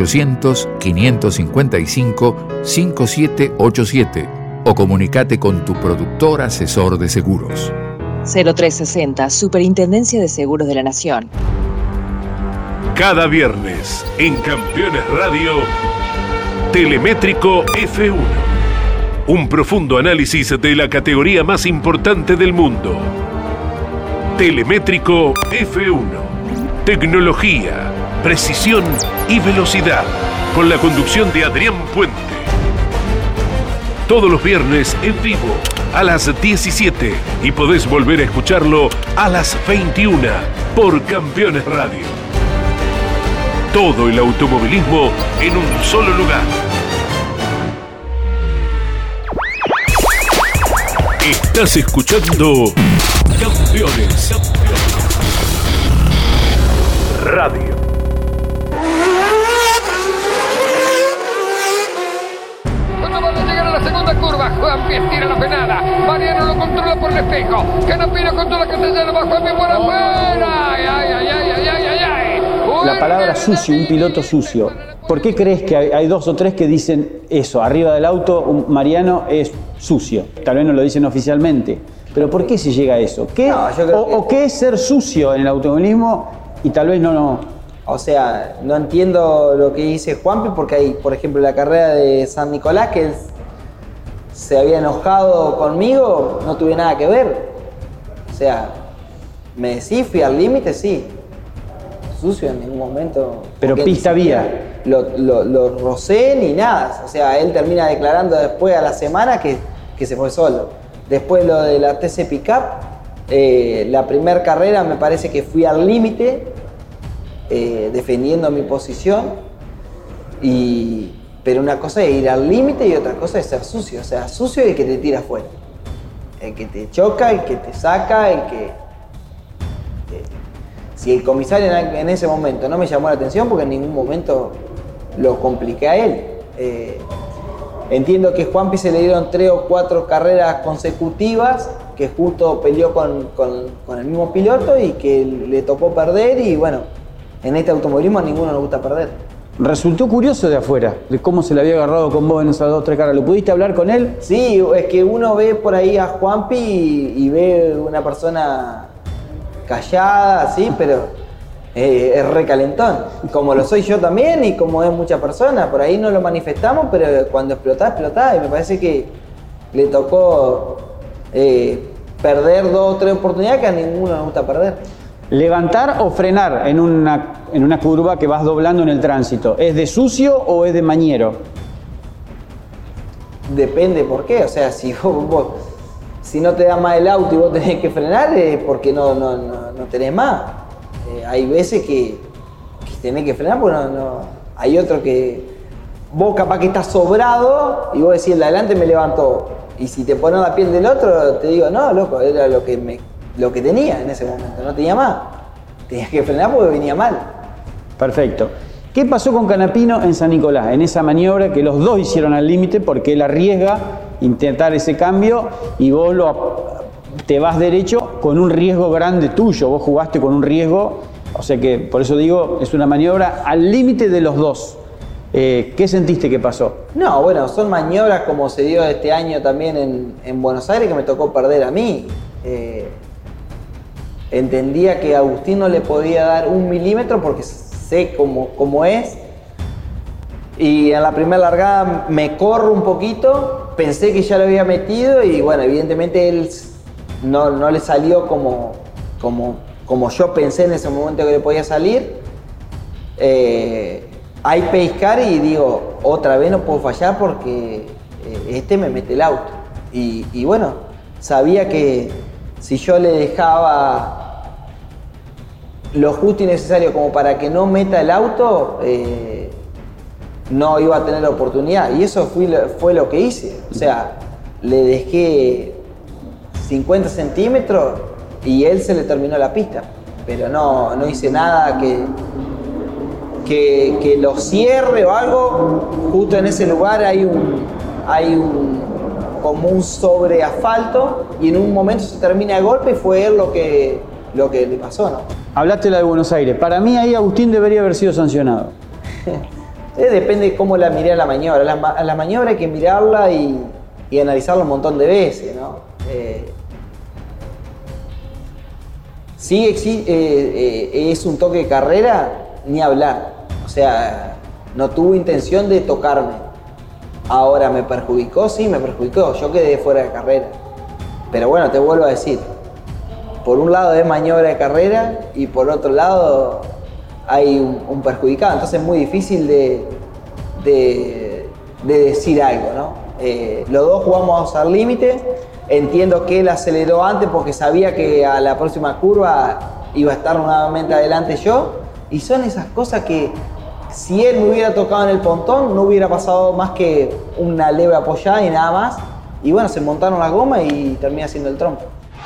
0800-555-5787 o comunicate con tu productor asesor de seguros. 0360, Superintendencia de Seguros de la Nación. Cada viernes en Campeones Radio, Telemétrico F1. Un profundo análisis de la categoría más importante del mundo. Telemétrico F1. Tecnología, precisión y velocidad. Con la conducción de Adrián Puente. Todos los viernes en vivo a las 17 y podés volver a escucharlo a las 21 por Campeones Radio. Todo el automovilismo en un solo lugar. Estás escuchando Campeones Radio. Cuando van a llegar a la segunda curva, Juanpi estira la penada. Mariano lo controla por el espejo. Canapino controla Castellano, va Juanpi por afuera. ¡Ay, ay, ay, ay, ay, ay, ay! La palabra sucio, un piloto sucio. ¿Por qué crees que hay dos o tres que dicen eso? Arriba del auto, un Mariano es sucio. Tal vez no lo dicen oficialmente. Pero ¿por qué se llega a eso? ¿Qué, ¿qué es ser sucio en el automovilismo? Y tal vez no. O sea, no entiendo lo que dice Juanpi porque hay, por ejemplo, la carrera de San Nicolás que él se había enojado conmigo, no tuve nada que ver. O sea, me decís, fui al límite, sí. Sucio en ningún momento. Pero pista vía. Lo rocé ni nada. O sea, él termina declarando después a la semana que se fue solo. Después lo de la TC Pickup, la primera carrera me parece que fui al límite, defendiendo mi posición. Pero una cosa es ir al límite y otra cosa es ser sucio. O sea, sucio es el que te tira afuera. El que te choca, el que te saca, el que... Si el comisario en ese momento no me llamó la atención, porque en ningún momento lo compliqué a él. Entiendo que a Juanpi se le dieron 3 o 4 carreras consecutivas, que justo peleó con el mismo piloto y que le tocó perder. Y bueno, en este automovilismo a ninguno le gusta perder. Resultó curioso de afuera, de cómo se le había agarrado con vos en esas 2 o 3 carreras. ¿Lo pudiste hablar con él? Sí, es que uno ve por ahí a Juanpi y ve una persona callada, sí, pero es recalentón, como lo soy yo también y como es muchas personas. Por ahí no lo manifestamos, pero cuando explotá, y me parece que le tocó perder 2 o 3 oportunidades que a ninguno le gusta perder. ¿Levantar o frenar en una curva que vas doblando en el tránsito? ¿Es de sucio o es de mañero? Depende por qué, o sea, si si no te da más el auto y vos tenés que frenar, es porque no tenés más. Hay veces que tenés que frenar porque no. Hay otro que vos capaz que estás sobrado y vos decís, el de adelante me levantó. Y si te pones la piel del otro, te digo, no, loco, era lo que tenía en ese momento, no tenía más. Tenías que frenar porque venía mal. Perfecto. ¿Qué pasó con Canapino en San Nicolás? En esa maniobra que los dos hicieron al límite porque él arriesga intentar ese cambio y vos te vas derecho con un riesgo grande tuyo. Vos jugaste con un riesgo, o sea que por eso digo, es una maniobra al límite de los dos. ¿Qué sentiste que pasó? No, bueno, son maniobras como se dio este año también en Buenos Aires que me tocó perder a mí. Entendía que a Agustín no le podía dar 1 milímetro porque sé cómo es. Y en la primera largada me corro un poquito, pensé que ya lo había metido y bueno, evidentemente él no le salió como yo pensé en ese momento que le podía salir. Hay pescar y digo, otra vez no puedo fallar porque me mete el auto. Y bueno, sabía que si yo le dejaba lo justo y necesario como para que no meta el auto, no iba a tener la oportunidad. Y eso fue lo que hice. O sea, le dejé 50 centímetros y él se le terminó la pista. Pero no hice nada que lo cierre o algo. Justo en ese lugar hay como un sobre asfalto y en un momento se termina el golpe y fue él lo que le pasó, ¿no? Hablaste de la de Buenos Aires. Para mí ahí Agustín debería haber sido sancionado. Depende de cómo la miré a la maniobra. A la maniobra hay que mirarla y analizarla un montón de veces, ¿no? Sí es un toque de carrera, ni hablar. O sea, no tuvo intención de tocarme. Ahora, ¿me perjudicó? Sí, me perjudicó. Yo quedé fuera de carrera. Pero bueno, te vuelvo a decir. Por un lado es maniobra de carrera y por otro lado hay un perjudicado. Entonces es muy difícil de decir algo, ¿no? Los dos jugamos al límite. Entiendo que él aceleró antes porque sabía que a la próxima curva iba a estar nuevamente adelante yo. Y son esas cosas que si él me hubiera tocado en el pontón no hubiera pasado más que una leve apoyada y nada más. Y bueno, se montaron las gomas y terminé haciendo el trompo.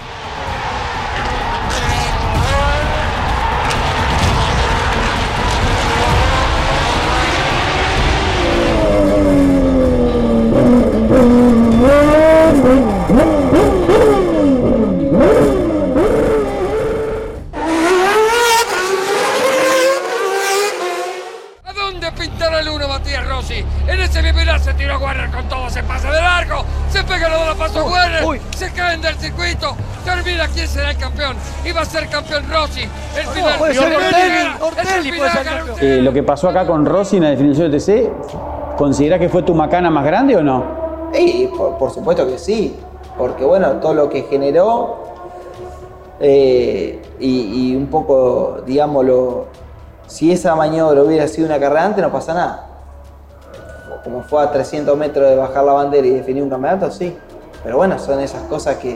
¿A dónde pintará el uno Matías Rossi? En ese bipilar se tiró Werner con todo, se pasa de largo, se pega los dos pasos Werner, se caen del circuito, termina quién será el campeón. Iba a ser campeón Rossi. El final puede ser Ortelli puede ser campeón. Lo que pasó acá con Rossi en la definición de TC, ¿considerás que fue tu macana más grande o no? Sí, por supuesto que sí. Porque bueno, todo lo que generó y un poco, digámoslo, si esa maniobra hubiera sido una carrera antes no pasa nada. Como fue a 300 metros de bajar la bandera y definir un campeonato, sí. Pero bueno, son esas cosas que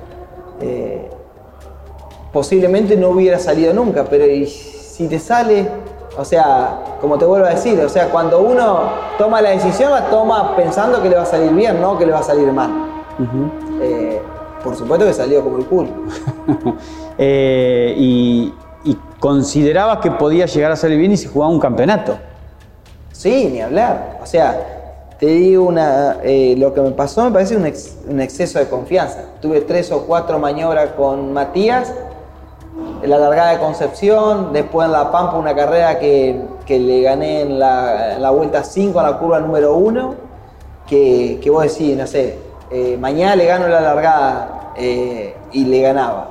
posiblemente no hubiera salido nunca, pero si te sale, o sea, como te vuelvo a decir, o sea, cuando uno toma la decisión, la toma pensando que le va a salir bien, no que le va a salir mal. Por supuesto que salió como el culo. ¿Y considerabas que podía llegar a salir bien y se jugaba un campeonato? Sí, ni hablar. O sea, te digo lo que me pasó me parece un exceso de confianza. Tuve 3 o 4 maniobras con Matías, la largada de Concepción, después en La Pampa una carrera que le gané en la vuelta 5 en la curva número 1, que vos decís, no sé, mañana le gano la largada y le ganaba.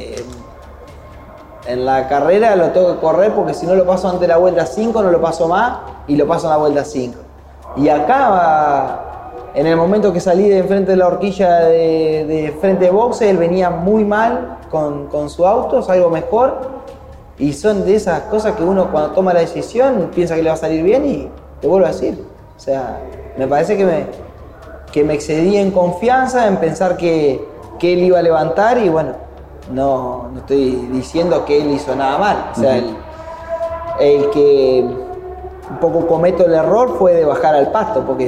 En la carrera lo tengo que correr porque si no lo paso antes de la vuelta 5 no lo paso más y lo paso en la vuelta 5. Y acá, en el momento que salí de enfrente de la horquilla de frente de boxe, él venía muy mal con su auto, salgo mejor. Y son de esas cosas que uno cuando toma la decisión piensa que le va a salir bien y te vuelvo a decir. O sea, me parece que me excedí en confianza, en pensar que él iba a levantar y bueno, no estoy diciendo que él hizo nada mal. O sea, el que un poco cometo el error fue de bajar al pasto, porque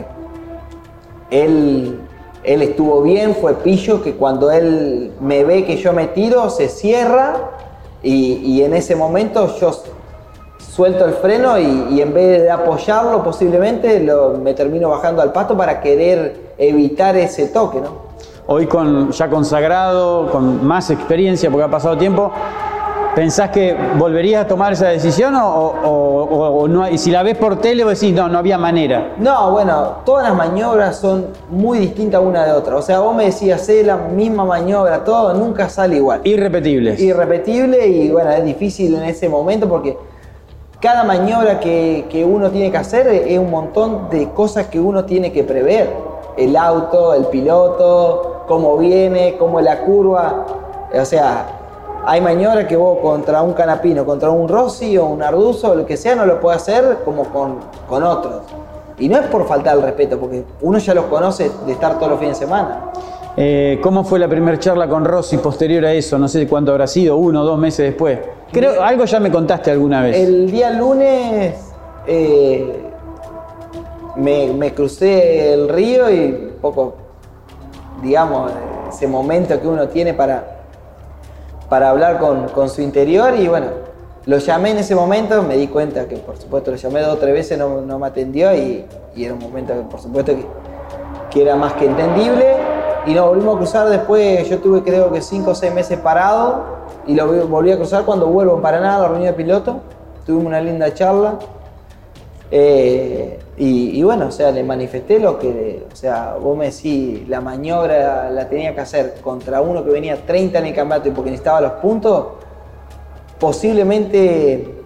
él estuvo bien, fue pillo, que cuando él me ve que yo me tiro, se cierra y en ese momento yo suelto el freno y en vez de apoyarlo posiblemente me termino bajando al pasto para querer evitar ese toque, ¿no? Hoy ya consagrado, con más experiencia porque ha pasado tiempo, ¿pensás que volverías a tomar esa decisión o no? Y si la ves por tele vos decís, no había manera. No, bueno, todas las maniobras son muy distintas una de otra. O sea, vos me decías, hacer la misma maniobra, todo, nunca sale igual. Irrepetibles. Irrepetible y bueno, es difícil en ese momento porque cada maniobra que uno tiene que hacer es un montón de cosas que uno tiene que prever. El auto, el piloto, cómo viene, cómo es la curva. O sea, hay maniobras que vos contra un Canapino, contra un Rossi o un Arduzo o lo que sea, no lo puedes hacer como con otros. Y no es por faltar el respeto, porque uno ya los conoce de estar todos los fines de semana. ¿Cómo fue la primera charla con Rossi posterior a eso? No sé cuánto habrá sido, 1 o 2 meses después. Creo, algo ya me contaste alguna vez. El día lunes me crucé el río y un poco, digamos, ese momento que uno tiene para hablar con su interior, y bueno, lo llamé en ese momento, me di cuenta que por supuesto lo llamé 2 o 3 veces, no me atendió, y era un momento que por supuesto que era más que entendible, y nos volvimos a cruzar después. Yo tuve creo que 5 o 6 meses parado y lo volví a cruzar cuando vuelvo en Paraná a la reunión de piloto. Tuvimos una linda charla. Y bueno, o sea, le manifesté lo que, o sea, vos me decís, la maniobra la tenía que hacer contra uno que venía 30 en el campeonato y porque necesitaba los puntos. Posiblemente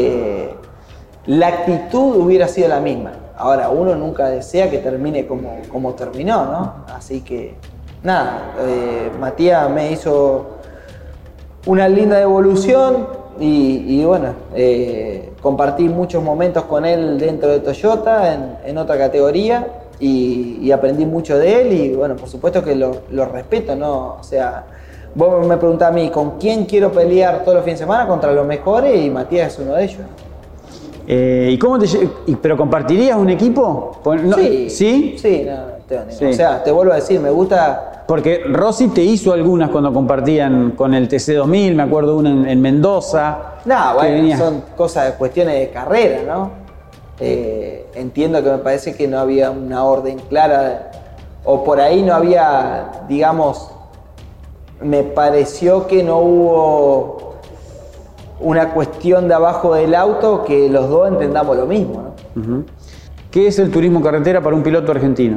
la actitud hubiera sido la misma. Ahora, uno nunca desea que termine como terminó, ¿no? Así que, nada, Matías me hizo una linda devolución y bueno, compartí muchos momentos con él dentro de Toyota, en otra categoría, y aprendí mucho de él, y bueno, por supuesto que lo respeto, ¿no? O sea, vos me preguntás a mí, ¿con quién quiero pelear todos los fines de semana? Contra los mejores, y Matías es uno de ellos. ¿Y cómo pero compartirías un equipo? No, sí. ¿Sí? Sí, no te sí. O sea, te vuelvo a decir, me gusta... Porque Rossi te hizo algunas cuando compartían con el TC2000, me acuerdo una en Mendoza. No, bueno, son cosas, cuestiones de carrera, ¿no? Entiendo que me parece que no había una orden clara, o por ahí no había, digamos, me pareció que no hubo una cuestión de abajo del auto que los dos entendamos lo mismo, ¿no? Uh-huh. ¿Qué es el turismo carretera para un piloto argentino?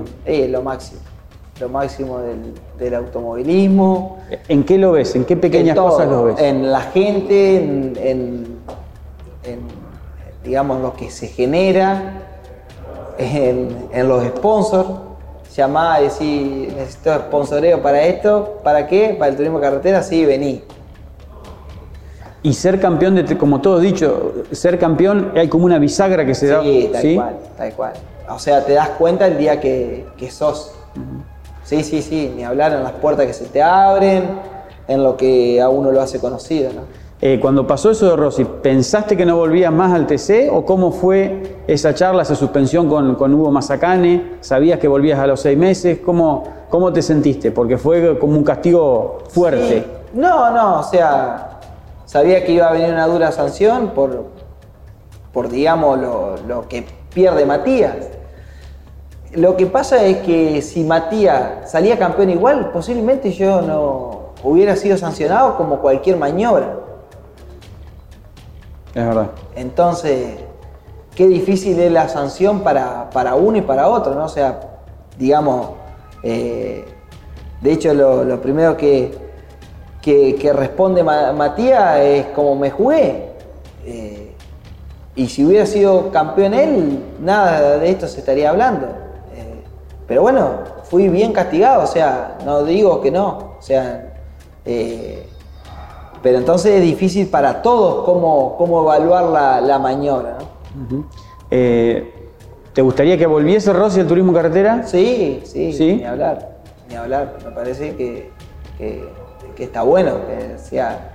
Lo máximo del automovilismo. ¿En qué lo ves? ¿En qué pequeñas cosas lo ves? En la gente, en digamos, lo que se genera, en los sponsors. Llamá y decir, necesito sponsoreo para esto. ¿Para qué? Para el turismo carretera, sí, vení. Y ser campeón, como todo dicho, ser campeón, hay como una bisagra que se da. Sí, tal cual. O sea, te das cuenta el día que sos. Uh-huh. Sí, ni hablar en las puertas que se te abren, en lo que a uno lo hace conocido, ¿no? Cuando pasó eso de Rossi, ¿pensaste que no volvías más al TC? ¿O cómo fue esa charla, esa suspensión con Hugo Mazacane? ¿Sabías que volvías a los 6 meses? ¿Cómo te sentiste? Porque fue como un castigo fuerte. Sí. No, o sea, sabía que iba a venir una dura sanción por digamos, lo que pierde Matías. Lo que pasa es que si Matías salía campeón igual, posiblemente yo no hubiera sido sancionado como cualquier maniobra. Es verdad. Entonces, qué difícil es la sanción para uno y para otro, ¿no? O sea, digamos, de hecho lo primero que responde Matías es como me jugué. Y si hubiera sido campeón él, nada de esto se estaría hablando. Pero bueno, fui bien castigado, o sea, no digo que no, o sea, pero entonces es difícil para todos cómo evaluar la maniobra, ¿no? Uh-huh. ¿Te gustaría que volviese Rossi al turismo carretera? Sí, ni hablar, me parece que está bueno, que sea,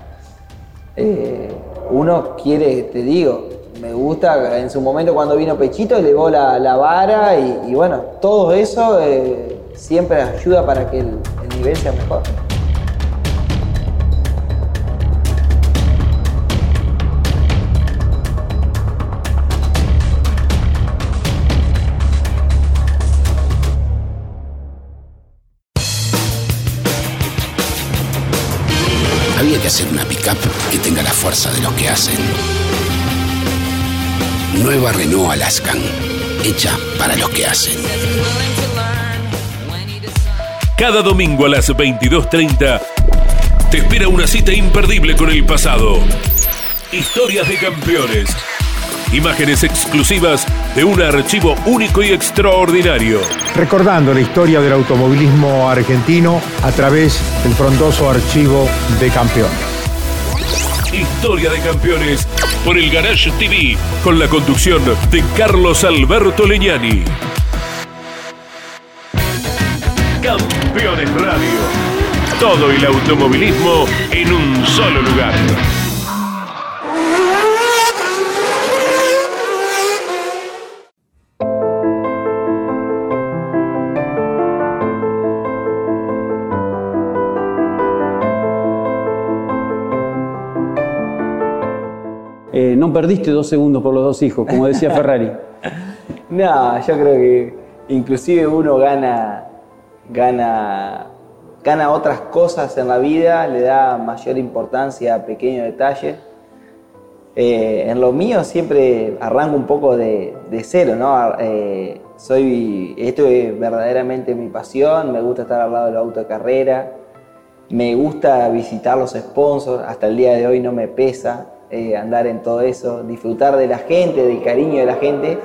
uno quiere, te digo, me gusta, en su momento cuando vino Pechito elevó la vara y bueno, todo eso siempre ayuda para que el nivel sea mejor. Había que hacer una pick-up que tenga la fuerza de los que hacen. Nueva Renault Alaskan, hecha para los que hacen. Cada domingo a las 22:30 te espera una cita imperdible con el pasado. Historias de campeones. Imágenes exclusivas de un archivo único y extraordinario. Recordando la historia del automovilismo argentino a través del frondoso archivo de campeones. Historia de Campeones por el Garage TV, con la conducción de Carlos Alberto Leñani. Campeones Radio. Todo el automovilismo en un solo lugar. No perdiste 2 segundos por los 2 hijos, como decía Ferrari. No, yo creo que inclusive uno gana otras cosas en la vida, le da mayor importancia a pequeños detalles. En lo mío siempre arranco un poco de cero, ¿no? Esto es verdaderamente mi pasión, me gusta estar al lado del auto de carrera, me gusta visitar los sponsors, hasta el día de hoy no me pesa andar en todo eso, disfrutar de la gente, del cariño de la gente.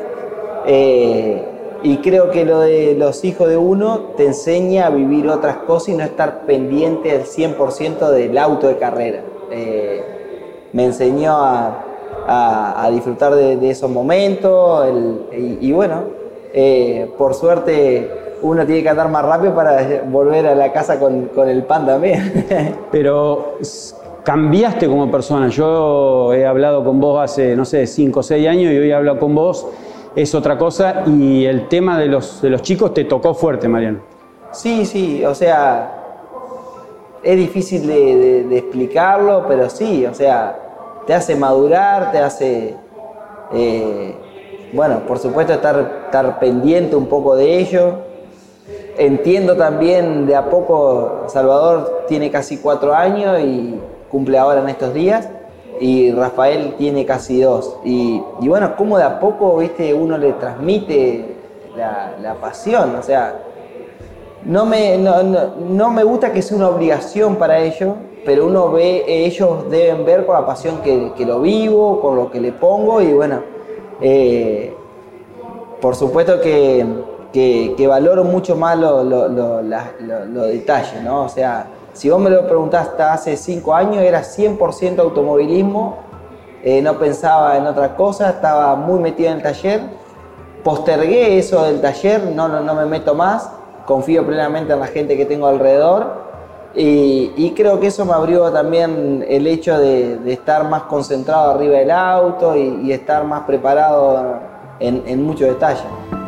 Y creo que lo de los hijos de uno te enseña a vivir otras cosas y no estar pendiente al 100% del auto de carrera. Me enseñó a disfrutar de esos momentos y bueno, por suerte uno tiene que andar más rápido para volver a la casa con el pan también. Pero cambiaste como persona. Yo he hablado con vos hace, no sé, 5 o 6 años y hoy hablo con vos. Es otra cosa, y el tema de los chicos te tocó fuerte, Mariano. Sí, o sea, es difícil de explicarlo, pero sí, o sea, te hace madurar, te hace, bueno, por supuesto estar pendiente un poco de ello. Entiendo también de a poco, Salvador tiene casi 4 años y cumple ahora en estos días. Y Rafael tiene casi 2. Y bueno, como de a poco, viste, uno le transmite la pasión. O sea, no me gusta que sea una obligación para ellos, pero ellos deben ver con la pasión que lo vivo, con lo que le pongo. Y bueno, por supuesto que valoro mucho más los detalles, ¿no? O sea, si vos me lo preguntaste hace 5 años, era 100% automovilismo, no pensaba en otra cosa, estaba muy metido en el taller, postergué eso del taller, no me meto más, confío plenamente en la gente que tengo alrededor y creo que eso me abrió también el hecho de estar más concentrado arriba del auto y estar más preparado en muchos detalles.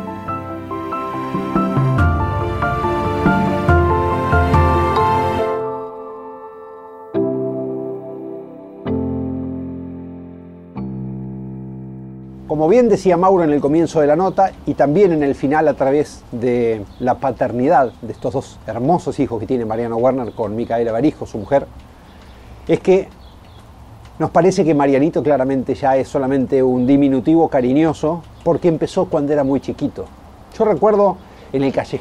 Como bien decía Mauro en el comienzo de la nota y también en el final a través de la paternidad de estos 2 hermosos hijos que tiene Mariano Werner con Micaela Barijo, su mujer, es que nos parece que Marianito claramente ya es solamente un diminutivo cariñoso porque empezó cuando era muy chiquito. Yo recuerdo en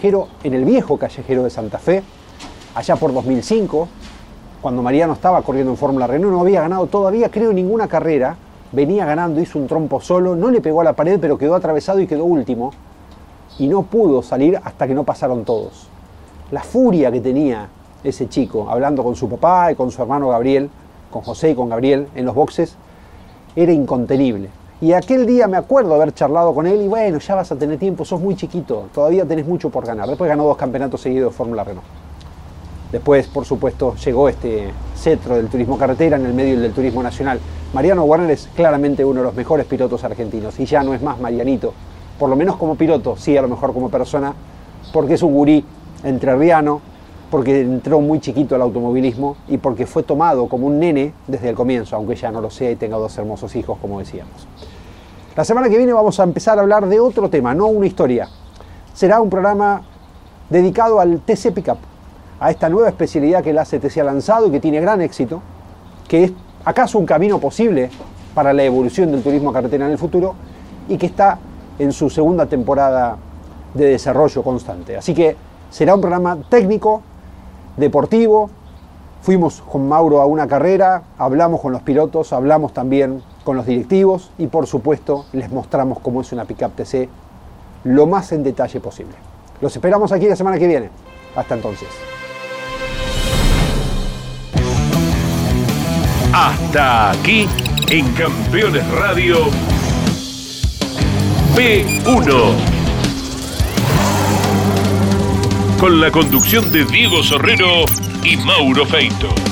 el viejo callejero de Santa Fe, allá por 2005, cuando Mariano estaba corriendo en Fórmula Renault, no había ganado todavía, creo, ninguna carrera. Venía ganando, hizo un trompo solo, no le pegó a la pared, pero quedó atravesado y quedó último. Y no pudo salir hasta que no pasaron todos. La furia que tenía ese chico, hablando con su papá y con su hermano Gabriel, con José y con Gabriel, en los boxes, era incontenible. Y aquel día me acuerdo haber charlado con él y bueno, ya vas a tener tiempo, sos muy chiquito, todavía tenés mucho por ganar. Después ganó 2 campeonatos seguidos de Fórmula Renault. Después, por supuesto, llegó este cetro del turismo carretera en el medio del turismo nacional. Mariano Werner es claramente uno de los mejores pilotos argentinos y ya no es más Marianito, por lo menos como piloto, sí, a lo mejor como persona, porque es un gurí entrerriano, porque entró muy chiquito al automovilismo y porque fue tomado como un nene desde el comienzo, aunque ya no lo sea y tenga 2 hermosos hijos, como decíamos. La semana que viene vamos a empezar a hablar de otro tema, no una historia. Será un programa dedicado al TC Pickup, a esta nueva especialidad que el ACTC ha lanzado y que tiene gran éxito, que es acaso un camino posible para la evolución del turismo carretera en el futuro y que está en su 2ª temporada de desarrollo constante. Así que será un programa técnico, deportivo. Fuimos con Mauro a una carrera, hablamos con los pilotos, hablamos también con los directivos y por supuesto les mostramos cómo es una Pickup TC lo más en detalle posible. Los esperamos aquí la semana que viene. Hasta entonces. Hasta aquí en Campeones Radio P1. Con la conducción de Diego Sorrero y Mauro Feito.